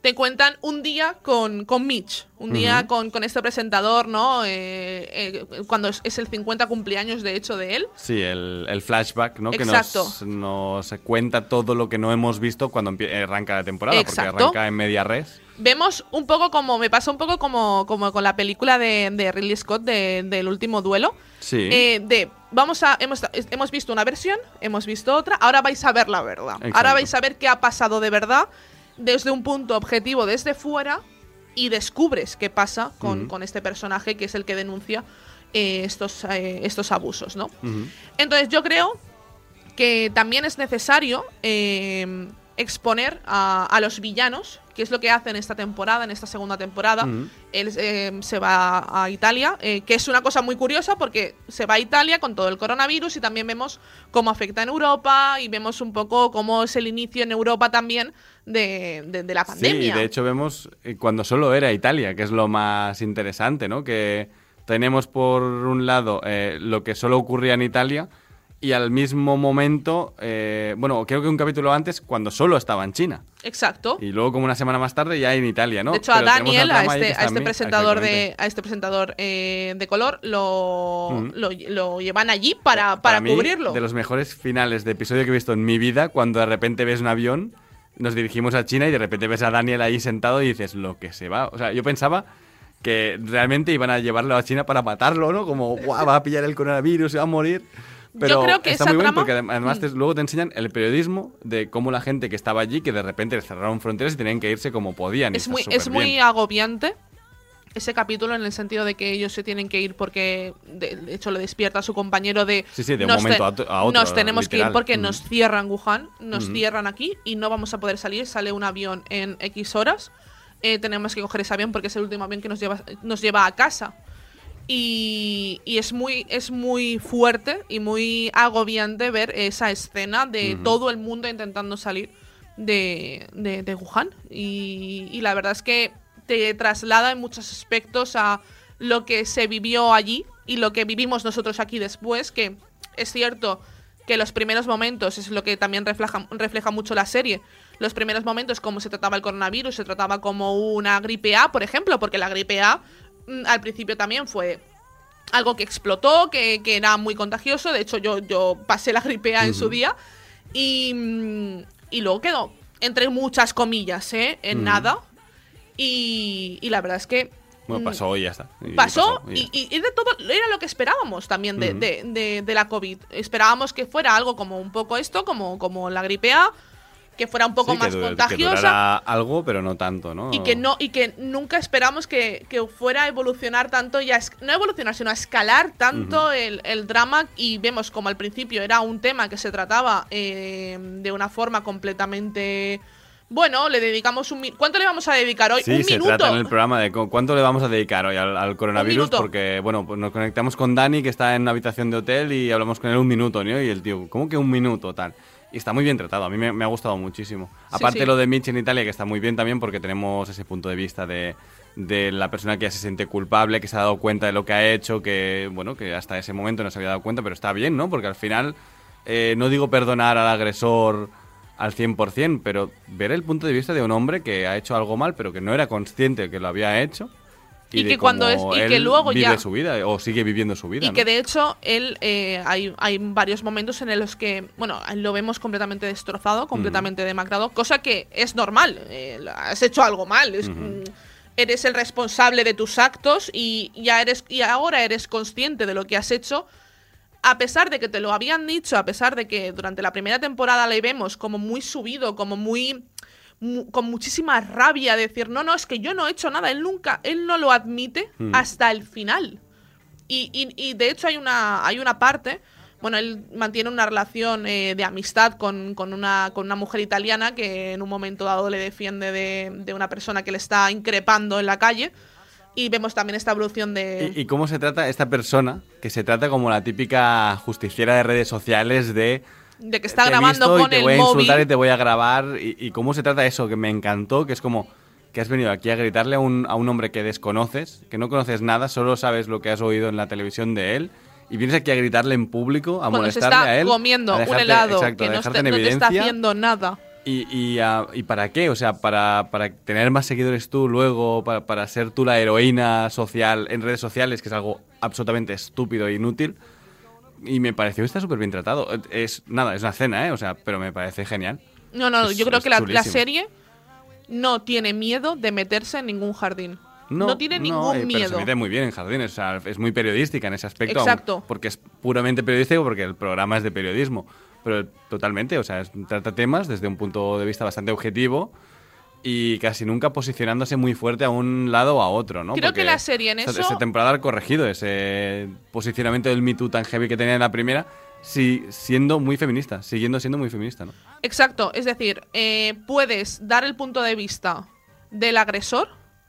te cuentan un día con, con Mitch, un día Ujú. con, con este presentador, ¿no? Eh, eh, cuando es, es el cincuenta cumpleaños, de hecho, de él. Sí, el, el flashback, ¿no? Exacto. Que nos, nos cuenta todo lo que no hemos visto cuando empie- arranca la temporada, Exacto. porque arranca en media res. Vemos un poco como, me pasa un poco como, como con la película de, de Ridley Scott de- del último duelo. Sí. Eh, de, vamos a, hemos, hemos visto una versión, hemos visto otra, ahora vais a ver la verdad. Exacto. Ahora vais a ver qué ha pasado de verdad desde un punto objetivo, desde fuera, y descubres qué pasa con, Ujú. con este personaje que es el que denuncia eh, estos, eh, estos abusos, ¿no? Ujú. Entonces yo creo que también es necesario eh, exponer a, a los villanos, que es lo que hacen esta temporada, en esta segunda temporada. Ujú. Él eh, se va a Italia, eh, que es una cosa muy curiosa porque se va a Italia con todo el coronavirus y también vemos cómo afecta en Europa y vemos un poco cómo es el inicio en Europa también de, de- de la pandemia. Sí, de hecho vemos eh, cuando solo era Italia, que es lo más interesante, ¿no? Que tenemos por un lado eh, lo que solo ocurría en Italia y al mismo momento, eh, bueno, creo que un capítulo antes, cuando solo estaba en China. Exacto. Y luego como una semana más tarde ya en Italia, ¿no? De hecho, a Pero tenemos Daniel, una a trama ahí que este, está a este en mí- presentador de, exactamente. a este presentador eh, de color, lo, Ujú. lo, lo llevan allí para, para, mí, cubrirlo. De los mejores finales de episodio que he visto en mi vida, cuando de repente ves un avión, nos dirigimos a China y de repente ves a Daniel ahí sentado y dices, lo que se va. O sea, yo pensaba que realmente iban a llevarlo a China para matarlo, ¿no? Como, guau, va a pillar el coronavirus, se va a morir. Pero creo que está esa muy bien trama- porque adem- además Mm. te- luego te enseñan el periodismo de cómo la gente que estaba allí, que de repente les cerraron fronteras y tenían que irse como podían. y es está muy, súper es muy bien. agobiante ese capítulo en el sentido de que ellos se tienen que ir porque de, de hecho le despierta a su compañero de Sí, sí, de un "Nos momento te- a otro- a otro, nos tenemos que ir literal. porque Mm. nos cierran Wuhan, nos Ujú. cierran aquí y no vamos a poder salir, sale un avión en X horas, eh, tenemos que coger ese avión porque es el último avión que nos lleva, nos lleva a casa. Y, y es muy es muy fuerte y muy agobiante ver esa escena de Ujú. todo el mundo intentando salir de, de, de Wuhan. Y, y la verdad es que te traslada en muchos aspectos a lo que se vivió allí y lo que vivimos nosotros aquí después, que es cierto que los primeros momentos es lo que también refleja, refleja mucho la serie. Los primeros momentos, como se trataba el coronavirus, se trataba como una gripe A, por ejemplo, porque la gripe A mm, al principio también fue algo que explotó, que, que era muy contagioso. De hecho, yo, yo pasé la gripe A en su Ujú. día. Y, mm, y luego quedó, entre muchas comillas, ¿eh? En Ujú. nada. Y, y la verdad es que Bueno, mm, pasó y ya está. Y pasó y ya y, y- y de todo era lo que esperábamos también de, Ujú. de- de- de la COVID. Esperábamos que fuera algo como un poco esto, como, como la gripe A, que fuera un poco Sí, que más du- que contagiosa. durara algo, pero no tanto, ¿no? Y que no y que nunca esperamos que, que fuera a evolucionar tanto y a es- no evolucionar sino a escalar tanto el, el drama, y vemos como al principio era un tema que se trataba eh, de una forma completamente bueno, le dedicamos un minuto. ¿Cuánto le vamos a dedicar hoy? Sí, un se minuto. trata en el programa de cu- cuánto le vamos a dedicar hoy al, al coronavirus, minuto. porque, bueno, pues nos conectamos con Dani, que está en una habitación de hotel, y hablamos con él un minuto, ¿no? Y el tío, ¿cómo que un minuto, tal? Y está muy bien tratado, a mí me, me ha gustado muchísimo. Sí, Aparte sí. lo de Mitch en Italia, que está muy bien también, porque tenemos ese punto de vista de, de la persona que ya se siente culpable, que se ha dado cuenta de lo que ha hecho, que, bueno, que hasta ese momento no se había dado cuenta, pero está bien, ¿no? Porque al final, eh, no digo perdonar al agresor al cien por cien, pero ver el punto de vista de un hombre que ha hecho algo mal, pero que no era consciente de que lo había hecho. Y de que cuando cómo es- y que él luego vive ya- su vida, o sigue viviendo su vida. Y ¿no? que de hecho él eh, hay, hay varios momentos en los que, bueno, a él lo vemos completamente destrozado, completamente demacrado, cosa que es normal. eh, has hecho algo mal. es- Ujú. mm, Eres el responsable de tus actos y ya eres y ahora eres consciente de lo que has hecho. A pesar de que te lo habían dicho, a pesar de que durante la primera temporada le vemos como muy subido, como muy mu- con muchísima rabia, decir, no, no, es que yo no he hecho nada, él nunca, él no lo admite Mm. hasta el final. Y, y- y de hecho hay una, hay una parte, bueno, él mantiene una relación eh, de amistad con, con una, con una mujer italiana que en un momento dado le defiende de, de una persona que le está increpando en la calle. Y vemos también esta evolución de... ¿Y, y cómo se trata esta persona, que se trata como la típica justiciera de redes sociales de... de que está te he grabando visto y con te el voy a móvil. insultar y te voy a grabar. Y, y cómo se trata eso, que me encantó, que es como que has venido aquí a gritarle a un, a un hombre que desconoces, que no conoces nada, solo sabes lo que has oído en la televisión de él, y vienes aquí a gritarle en público, a Cuando se molestarle está a él. comiendo a un dejarte- helado exacto, que a no, dejarte te, en no te está evidencia. haciendo nada. ¿Y, y, uh, ¿Y para qué? O sea, para, para tener más seguidores tú luego, para, para ser tú la heroína social en redes sociales, que es algo absolutamente estúpido e inútil. Y me pareció que está súper bien tratado. Es nada, es una cena, ¿eh? O sea, pero me parece genial. No, no, es, yo creo que la, la chulísimo. serie no tiene miedo de meterse en ningún jardín. No, no tiene no, ningún eh, miedo. Pero se mete muy bien en jardines. O sea, es muy periodística en ese aspecto. Exacto. Aún, porque es puramente periodístico, porque el programa es de periodismo. Pero totalmente, o sea, es, trata temas desde un punto de vista bastante objetivo y casi nunca posicionándose muy fuerte a un lado o a otro, ¿no? Creo Porque que la serie en esta, eso... esta temporada ha corregido ese posicionamiento del Me Too tan heavy que tenía en la primera, si, siendo muy feminista, siguiendo siendo muy feminista, ¿no? Exacto, es decir, eh, puedes dar el punto de vista del agresor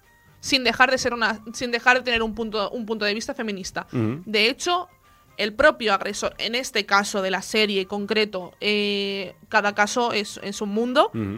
sin dejar de ser una, sin dejar de tener un punto, un punto de vista feminista. Uh-huh. De hecho, el propio agresor, en este caso de la serie concreto, eh, cada caso es, es un mundo. Uh-huh.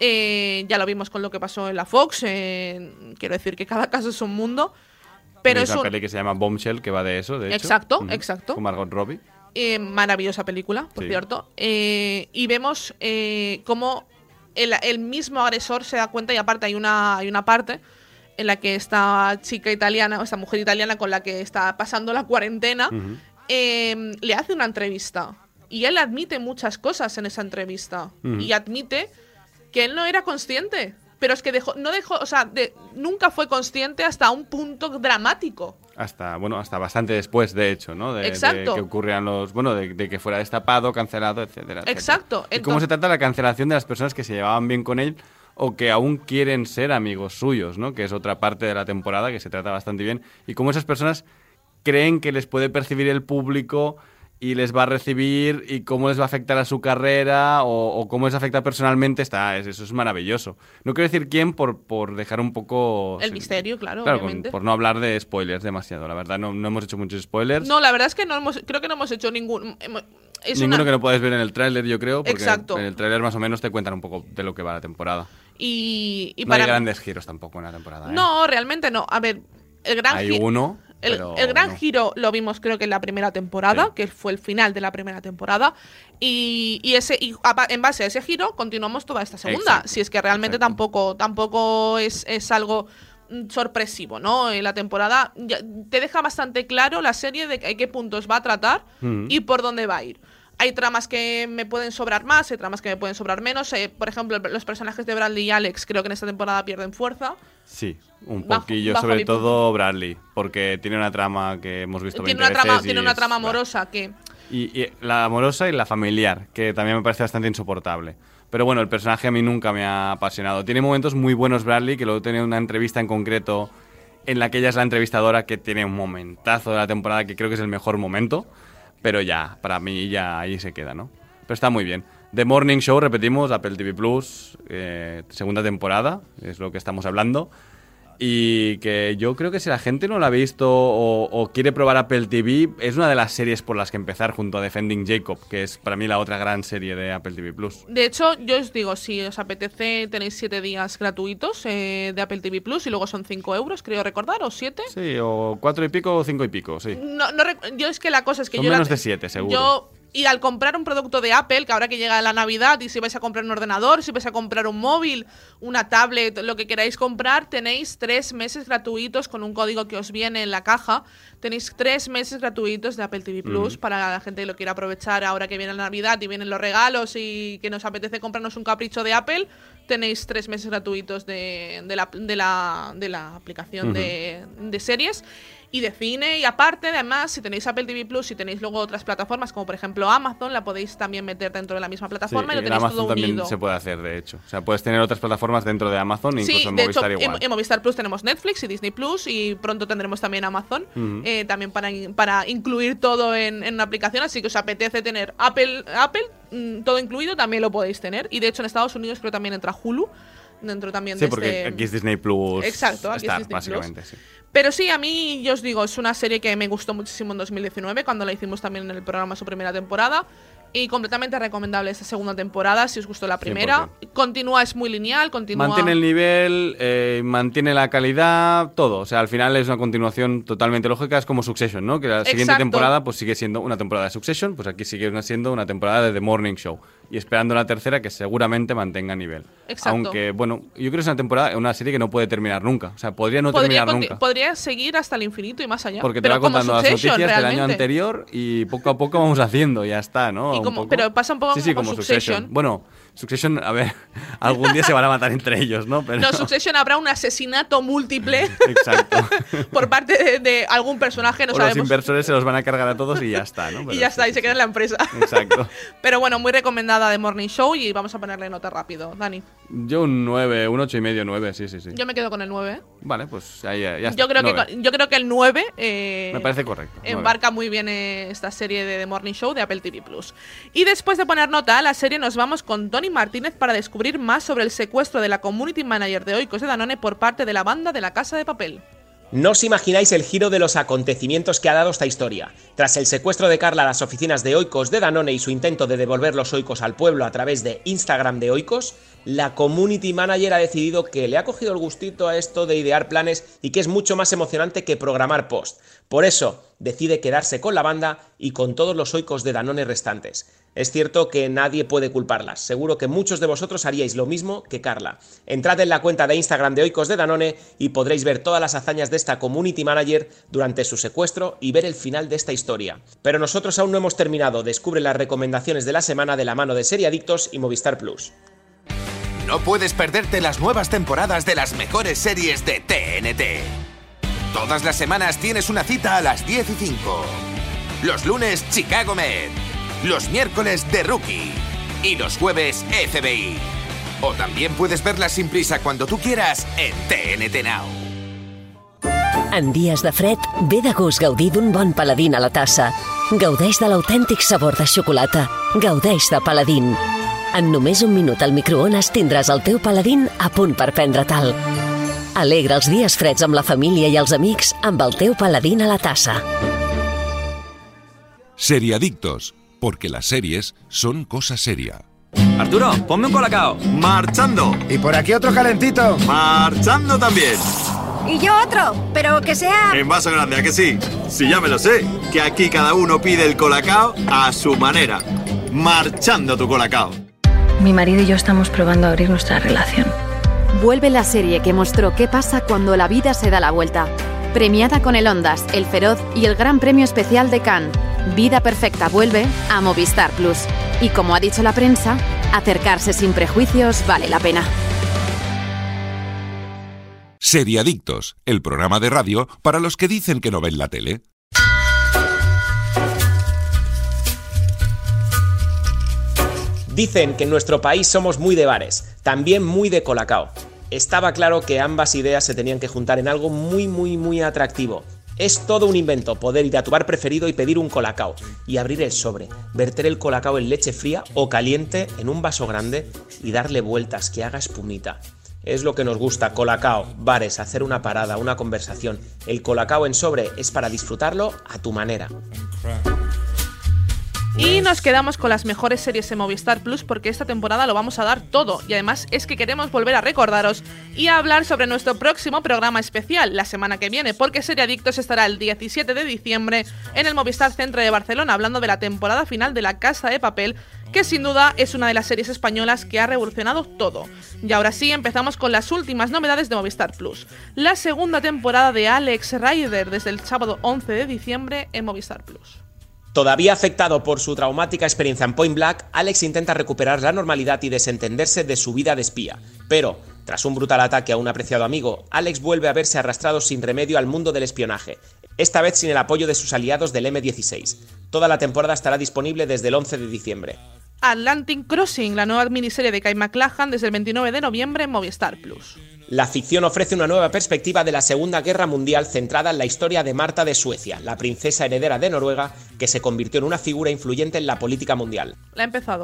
Eh, ya lo vimos con lo que pasó en la Fox. Eh, quiero decir que cada caso es un mundo. Pero Hay es una un... peli que se llama Bombshell, que va de eso, de hecho. Exacto, Uh-huh. exacto. Con Margot Robbie. Eh, maravillosa película, por Sí. cierto. Eh, y vemos eh, cómo el, el mismo agresor se da cuenta, y aparte hay una, hay una parte en la que esta chica italiana, o esta mujer italiana con la que está pasando la cuarentena, Uh-huh. eh, le hace una entrevista. Y él admite muchas cosas en esa entrevista. Uh-huh. Y admite que él no era consciente. Pero es que dejó, no dejó, o sea, de, nunca fue consciente hasta un punto dramático. Hasta, bueno, hasta bastante después, de hecho, ¿no? De, Exacto. de que ocurrieran los... Bueno, de, de que fuera destapado, cancelado, etcétera, etcétera. Exacto. ¿Y Entonces- cómo se trata la cancelación de las personas que se llevaban bien con él o que aún quieren ser amigos suyos, ¿no? Que es otra parte de la temporada que se trata bastante bien. Y cómo esas personas creen que les puede percibir el público y les va a recibir y cómo les va a afectar a su carrera o, o cómo les afecta personalmente, está, es- eso es maravilloso. No quiero decir quién por, por dejar un poco... El misterio, claro, Claro, con- obviamente. por no hablar de spoilers demasiado. La verdad, no, no hemos hecho muchos spoilers. No, la verdad es que no hemos, creo que no hemos hecho ningún... hemos- Es Ninguno una, que no puedes ver en el tráiler, yo creo, porque Exacto. en el tráiler más o menos te cuentan un poco de lo que va la temporada. y, y no para hay grandes giros tampoco en la temporada, ¿eh? No, realmente no. A ver, el gran Hay gi- uno, El, pero el gran no. giro lo vimos creo que en la primera temporada, Sí. que fue el final de la primera temporada. Y, y ese y a ba- en base a ese giro continuamos toda esta segunda. Exacto, Si es que realmente exacto. tampoco, tampoco es, es algo mm, sorpresivo, ¿no? En la temporada ya- te deja bastante claro la serie de qué puntos va a tratar Ujú. y por dónde va a ir. Hay tramas que me pueden sobrar más, hay tramas que me pueden sobrar menos. Eh, por ejemplo, el- los personajes de Bradley y Alex creo que en esta temporada pierden fuerza. Sí, un Bajo- poquillo, bajo sobre mi punto. todo Bradley, porque tiene una trama que hemos visto Tiene veinte una trama, veces y tiene una es- trama bah. amorosa que... Y, y la amorosa y la familiar, que también me parece bastante insoportable. Pero bueno, el personaje a mí nunca me ha apasionado. Tiene momentos muy buenos Bradley, que luego tiene una entrevista en concreto en la que ella es la entrevistadora, que tiene un momentazo de la temporada que creo que es el mejor momento. Pero ya, para mí ya ahí se queda, ¿no? Pero está muy bien. The Morning Show, repetimos, Apple T V Plus, eh, segunda temporada, es lo que estamos hablando. Y que yo creo que si la gente no la ha visto o, o quiere probar Apple T V, es una de las series por las que empezar junto a Defending Jacob, que es para mí la otra gran serie de Apple T V Plus. De hecho, yo os digo, si os apetece, tenéis siete días gratuitos eh, de Apple T V Plus y luego son cinco euros, creo recordar, o siete. Sí, o cuatro y pico o cinco y pico, sí. No, no rec- yo es que la cosa es que Son yo... la- menos de siete, seguro. Yo, y al comprar un producto de Apple, que ahora que llega la Navidad y si vais a comprar un ordenador, si vais a comprar un móvil, una tablet, lo que queráis comprar, tenéis tres meses gratuitos con un código que os viene en la caja. Tenéis tres meses gratuitos de Apple T V Plus Mm. para la gente que lo quiera aprovechar ahora que viene la Navidad y vienen los regalos y que nos apetece comprarnos un capricho de Apple. Tenéis tres meses gratuitos de, de, la, de, la, de la aplicación Ujú. de, de series y de cine. Y aparte, además, si tenéis Apple T V Plus y tenéis luego otras plataformas, como por ejemplo Amazon, la podéis también meter dentro de la misma Sí, plataforma y lo en tenéis Amazon todo también unido. se puede hacer, de hecho. O sea, puedes tener otras plataformas dentro de Amazon, incluso Sí, en de Movistar hecho, igual. en, en Movistar Plus tenemos Netflix y Disney Plus y pronto tendremos también Amazon, Ujú. eh, también para, in- para incluir todo en, en una aplicación, así que os apetece tener Apple, Apple mm, todo incluido, también lo podéis tener. Y de hecho en Estados Unidos creo también entra Hulu, dentro también Sí, de porque este... aquí es Disney Plus. Exacto, aquí es Star, Disney básicamente, Plus. sí. Pero sí, a mí, yo os digo, es una serie que me gustó muchísimo en dos mil diecinueve, cuando la hicimos también en el programa su primera temporada. Y completamente recomendable esta segunda temporada, si os gustó la primera. cien por ciento. Continúa, es muy lineal, continúa... Mantiene el nivel, eh, mantiene la calidad, todo. O sea, al final es una continuación totalmente lógica, es como Succession, ¿no? Que la siguiente Exacto. temporada pues sigue siendo una temporada de Succession, pues aquí sigue siendo una temporada de The Morning Show. Y esperando la tercera que seguramente mantenga nivel. Exacto. Aunque, bueno, yo creo que es una temporada, una serie que no puede terminar nunca. O sea, podría no podría, terminar conti- nunca. podría seguir hasta el infinito y más allá. Porque te pero va como contando las Succession, noticias del realmente. año anterior y poco a poco vamos haciendo, ya está, ¿no? Y Un como- poco. pero pasa un poco sí, sí, como como Succession. Succession. Bueno, Succession, a ver, algún día se van a matar entre ellos, ¿no? Pero No, Succession habrá un asesinato múltiple exacto. por parte de, de algún personaje, no o los sabemos. inversores se los van a cargar a todos y ya está, ¿no? Pero Y ya está, y se queda en la empresa. Exacto. Pero bueno, muy recomendada de Morning Show y vamos a ponerle nota rápido. Dani, Yo un nueve, un ocho y medio, nueve, sí, sí, sí. yo me quedo con el nueve. ¿eh? Vale, pues ahí ya, ya está. Yo creo, que, nueve. con- yo creo que el nueve eh, Me parece correcto. nueve. embarca muy bien eh, esta serie de The Morning Show de Apple T V Plus. Y después de poner nota a la serie, nos vamos con Tony Martínez para descubrir más sobre el secuestro de la community manager de Oikos de Danone por parte de la banda de La Casa de Papel. No os imagináis el giro de los acontecimientos que ha dado esta historia. Tras el secuestro de Carla a las oficinas de Oikos de Danone y su intento de devolver los Oikos al pueblo a través de Instagram de Oikos, la community manager ha decidido que le ha cogido el gustito a esto de idear planes y que es mucho más emocionante que programar post. Por eso, decide quedarse con la banda y con todos los Oikos de Danone restantes. Es cierto que nadie puede culparlas, seguro que muchos de vosotros haríais lo mismo que Carla. Entrad en la cuenta de Instagram de Oikos de Danone y podréis ver todas las hazañas de esta community manager durante su secuestro y ver el final de esta historia. Pero nosotros aún no hemos terminado, descubre las recomendaciones de la semana de la mano de Seriadictos y Movistar Plus. No puedes perderte las nuevas temporadas de las mejores series de T N T. Todas las semanas tienes una cita a las diez y cinco. Los lunes, Chicago Med. Los miércoles, The Rookie. Y los jueves, F B I. O también puedes verlas sin prisa cuando tú quieras en T N T Now. En dies de fred, ve de gust gaudir d'un bon paladín a la tassa. Gaudeix de l'autèntic sabor de xocolata. Gaudeix de Paladín. En només un minut al microones tindràs el teu Paladín a punt per prendre tal. Alegra els dies freds amb la família i els amics amb el teu Paladín a la tassa. Seriadictos, porque las series son cosa seria. Arturo, ponme un colacao. Marchando. Y por aquí otro calentito. Marchando también. Y yo otro, pero que sea... En vaso grande, ¿a que sí? Sí, ya me lo sé. Que aquí cada uno pide el colacao a su manera. Marchando tu colacao. Mi marido y yo estamos probando a abrir nuestra relación. Vuelve la serie que mostró qué pasa cuando la vida se da la vuelta. Premiada con el Ondas, el Feroz y el Gran Premio Especial de Cannes. Vida Perfecta vuelve a Movistar Plus. Y como ha dicho la prensa, acercarse sin prejuicios vale la pena. Seriadictos, el programa de radio para los que dicen que no ven la tele. Dicen que en nuestro país somos muy de bares, también muy de colacao. Estaba claro que ambas ideas se tenían que juntar en algo muy muy muy atractivo. Es todo un invento poder ir a tu bar preferido y pedir un colacao y abrir el sobre, verter el colacao en leche fría o caliente en un vaso grande y darle vueltas que haga espumita. Es lo que nos gusta, colacao, bares, hacer una parada, una conversación. El colacao en sobre es para disfrutarlo a tu manera. Y nos quedamos con las mejores series en Movistar Plus porque esta temporada lo vamos a dar todo y además es que queremos volver a recordaros y a hablar sobre nuestro próximo programa especial la semana que viene porque Seriadictos estará el diecisiete de diciembre en el Movistar Centre de Barcelona hablando de la temporada final de La Casa de Papel, que sin duda es una de las series españolas que ha revolucionado todo. Y ahora sí, empezamos con las últimas novedades de Movistar Plus. La segunda temporada de Alex Rider desde el sábado once de diciembre en Movistar Plus. Todavía afectado por su traumática experiencia en Point Black, Alex intenta recuperar la normalidad y desentenderse de su vida de espía. Pero, tras un brutal ataque a un apreciado amigo, Alex vuelve a verse arrastrado sin remedio al mundo del espionaje, esta vez sin el apoyo de sus aliados del eme dieciséis. Toda la temporada estará disponible desde el once de diciembre. Atlantic Crossing, la nueva miniserie de Kyle MacLachlan desde el veintinueve de noviembre en Movistar Plus. La ficción ofrece una nueva perspectiva de la Segunda Guerra Mundial centrada en la historia de Marta de Suecia, la princesa heredera de Noruega que se convirtió en una figura influyente en la política mundial. La he empezado.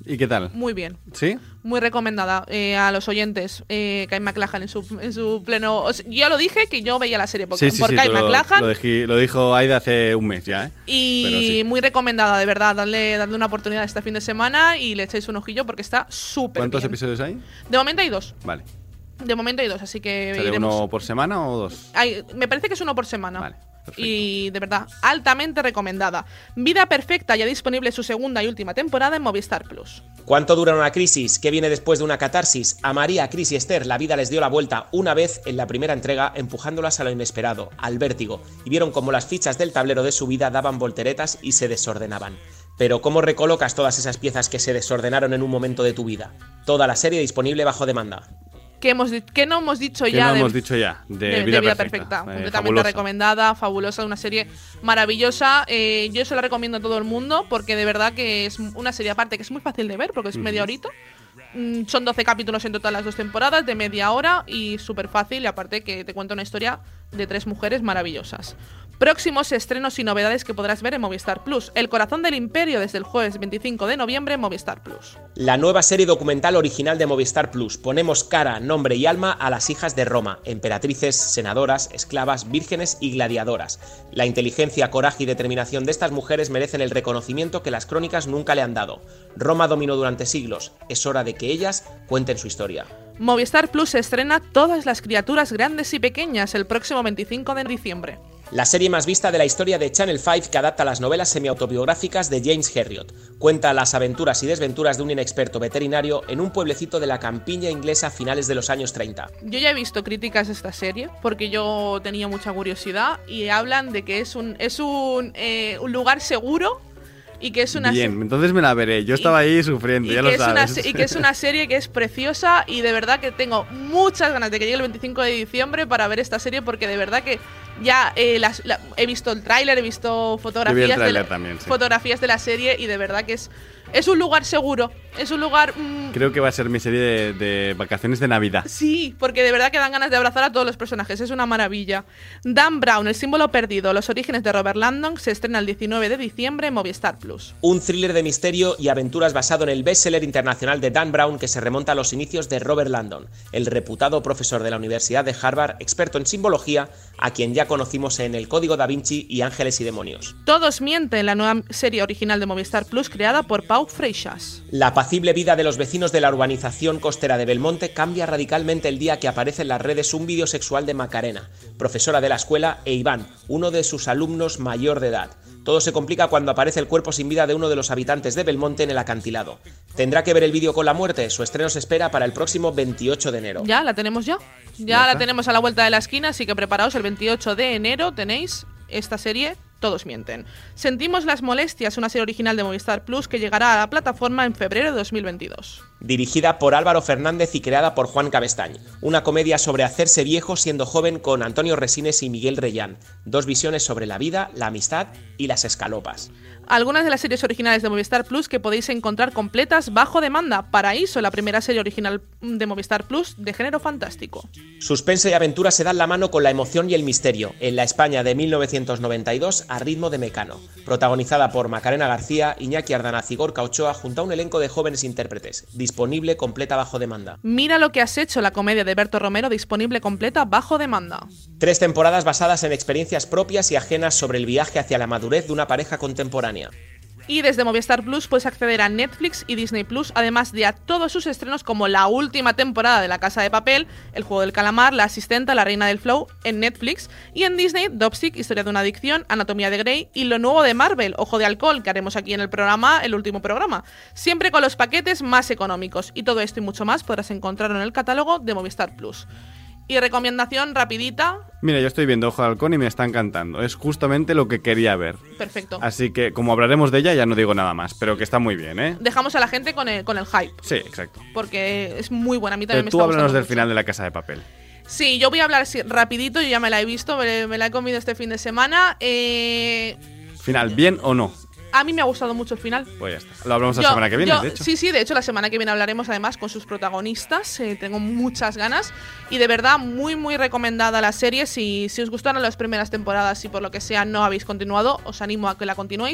¿Y qué tal? Muy bien. ¿Sí? Muy recomendada eh, a los oyentes. Eh, Kyle MacLachlan en su, en su pleno... O sea, yo ya lo dije que yo veía la serie por, Sí, sí, por sí, Kyle lo, MacLachlan. Lo, dejé- lo dijo Aida hace un mes ya, ¿eh? Y Pero sí. muy recomendada, de verdad. Dadle, dadle una oportunidad este fin de semana y le echáis un ojillo porque está súper bien. ¿Cuántos episodios hay? De momento hay dos. Vale. De momento hay dos, así que ¿Sale iremos. uno por semana o dos? Hay- me parece que es uno por semana. Vale, perfecto. Y de verdad, altamente recomendada. Vida Perfecta, ya disponible su segunda y última temporada en Movistar Plus. ¿Cuánto dura una crisis? ¿Qué viene después de una catarsis? A María, Chris y Esther la vida les dio la vuelta una vez en la primera entrega, empujándolas a lo inesperado, al vértigo, y vieron cómo las fichas del tablero de su vida daban volteretas y se desordenaban. Pero ¿cómo recolocas todas esas piezas que se desordenaron en un momento de tu vida? Toda la serie disponible bajo demanda. ¿Qué, hemos, di- qué no hemos dicho ¿Qué ya? no de, hemos dicho ya? De, de- de Vida, Vida Perfecta. Perfecta. Eh, Completamente fabulosa. recomendada, fabulosa, una serie maravillosa. Eh, yo se la recomiendo a todo el mundo porque de verdad que es una serie aparte que es muy fácil de ver porque es media horita. Mm, Son doce capítulos en total las dos temporadas de media hora y súper fácil y aparte que te cuenta una historia de tres mujeres maravillosas. Próximos estrenos y novedades que podrás ver en Movistar Plus. El corazón del imperio desde el jueves veinticinco de noviembre en Movistar Plus. La nueva serie documental original de Movistar Plus. Ponemos cara, nombre y alma a las hijas de Roma, emperatrices, senadoras, esclavas, vírgenes y gladiadoras. La inteligencia, coraje y determinación de estas mujeres merecen el reconocimiento que las crónicas nunca le han dado. Roma dominó durante siglos. Es hora de que ellas cuenten su historia. Movistar Plus estrena Todas las criaturas grandes y pequeñas el próximo veinticinco de diciembre. La serie más vista de la historia de Channel cinco que adapta las novelas semiautobiográficas de James Herriot. Cuenta las aventuras y desventuras de un inexperto veterinario en un pueblecito de la campiña inglesa a finales de los años treinta. Yo ya he visto críticas de esta serie porque yo tenía mucha curiosidad y hablan de que es un, es un, eh, un lugar seguro y que es una Bien, se- entonces me la veré. Yo estaba ahí sufriendo, y ya que lo es una sabes. se- y que es una serie que es preciosa y de verdad que tengo muchas ganas de que llegue el veinticinco de diciembre para ver esta serie porque de verdad que ya eh, las- la- he visto el tráiler, he visto fotografías, de tráiler la, también, sí. fotografías de la serie y de verdad que es, es un lugar seguro, es un lugar... mm, Creo que va a ser mi serie de, de vacaciones de Navidad. Sí, porque de verdad que dan ganas de abrazar a todos los personajes, es una maravilla. Dan Brown, el símbolo perdido, los orígenes de Robert Landon, se estrena el diecinueve de diciembre en Movistar Plus. Un thriller de misterio y aventuras basado en el bestseller internacional de Dan Brown que se remonta a los inicios de Robert Landon, el reputado profesor de la Universidad de Harvard, experto en simbología, a quien ya conocimos en El Código da Vinci y Ángeles y Demonios. Todos mienten, la nueva serie original de Movistar Plus creada por Pau Freixas. La apacible vida de los vecinos de la urbanización costera de Belmonte cambia radicalmente el día que aparece en las redes un vídeo sexual de Macarena, profesora de la escuela, e Iván, uno de sus alumnos mayor de edad. Todo se complica cuando aparece el cuerpo sin vida de uno de los habitantes de Belmonte en el acantilado. ¿Tendrá que ver el vídeo con la muerte? Su estreno se espera para el próximo veintiocho de enero. Ya, la tenemos ya. Ya, Ya la está. tenemos a la vuelta de la esquina, así que preparaos, el veintiocho de enero tenéis esta serie Todos mienten. Sentimos las molestias, una serie original de Movistar Plus que llegará a la plataforma en febrero de dos mil veintidós. Dirigida por Álvaro Fernández y creada por Juan Cabestañ. Una comedia sobre hacerse viejo siendo joven con Antonio Resines y Miguel Reyán. Dos visiones sobre la vida, la amistad y las escalopas. Algunas de las series originales de Movistar Plus que podéis encontrar completas bajo demanda. Paraíso, la primera serie original de Movistar Plus de género fantástico. Suspense y aventura se dan la mano con la emoción y el misterio, en la España de mil novecientos noventa y dos a ritmo de Mecano. Protagonizada por Macarena García, Iñaki Ardanaz y Gorka Ochoa junto a un elenco de jóvenes intérpretes. Disponible completa bajo demanda. Mira lo que has hecho, la comedia de Berto Romero disponible completa bajo demanda. Tres temporadas basadas en experiencias propias y ajenas sobre el viaje hacia la madurez de una pareja contemporánea. Y desde Movistar Plus puedes acceder a Netflix y Disney Plus, además de a todos sus estrenos como la última temporada de La Casa de Papel, El Juego del Calamar, La Asistenta, La Reina del Flow en Netflix, y en Disney, Dopsic, Historia de una Adicción, Anatomía de Grey y lo nuevo de Marvel, Ojo de Alcohol, que haremos aquí en el programa, el último programa. Siempre con los paquetes más económicos. Y todo esto y mucho más podrás encontrarlo en el catálogo de Movistar Plus. Y recomendación rapidita. Mira, yo estoy viendo Ojo de Halcón y me está encantando. Es justamente lo que quería ver. Perfecto. Así que, como hablaremos de ella, ya no digo nada más. Pero que está muy bien, ¿eh? Dejamos a la gente con el, con el hype. Sí, exacto. Porque es muy buena. A mí también Pero me tú está háblanos gustando del mucho. final de La Casa de Papel. Sí, yo voy a hablar así, rapidito, yo ya me la he visto, me, me la he comido este fin de semana. Eh, Final, ¿bien o no? a mí me ha gustado mucho el final. Pues ya está. Lo hablamos la Yo- semana que viene, yo- de hecho. Sí, sí, de hecho la semana que viene hablaremos además con sus protagonistas, eh, tengo muchas ganas y de verdad muy muy recomendada la serie. Si, si os gustaron las primeras temporadas y por lo que sea no habéis continuado, os animo a que la continuéis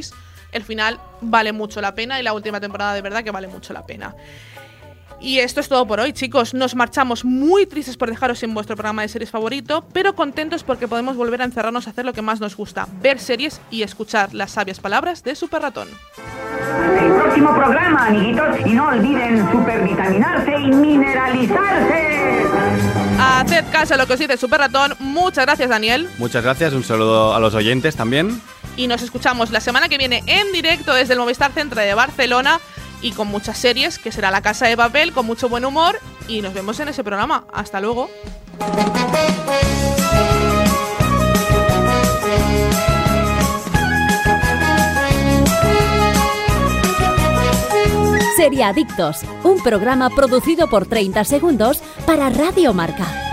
el final vale mucho la pena y la última temporada de verdad que vale mucho la pena. Y esto es todo por hoy, chicos. Nos marchamos muy tristes por dejaros sin vuestro programa de series favorito, pero contentos porque podemos volver a encerrarnos a hacer lo que más nos gusta, ver series y escuchar las sabias palabras de Super Ratón. El próximo programa, amiguitos, y no olviden supervitaminarse y mineralizarse. Haced caso a lo que os dice Super Ratón. Muchas gracias, Daniel. Muchas gracias, un saludo a los oyentes también. Y nos escuchamos la semana que viene en directo desde el Movistar Centre de Barcelona y con muchas series, que será La Casa de Papel, con mucho buen humor, y nos vemos en ese programa. Hasta luego. Seriadictos, un programa producido por treinta segundos para Radio Marca.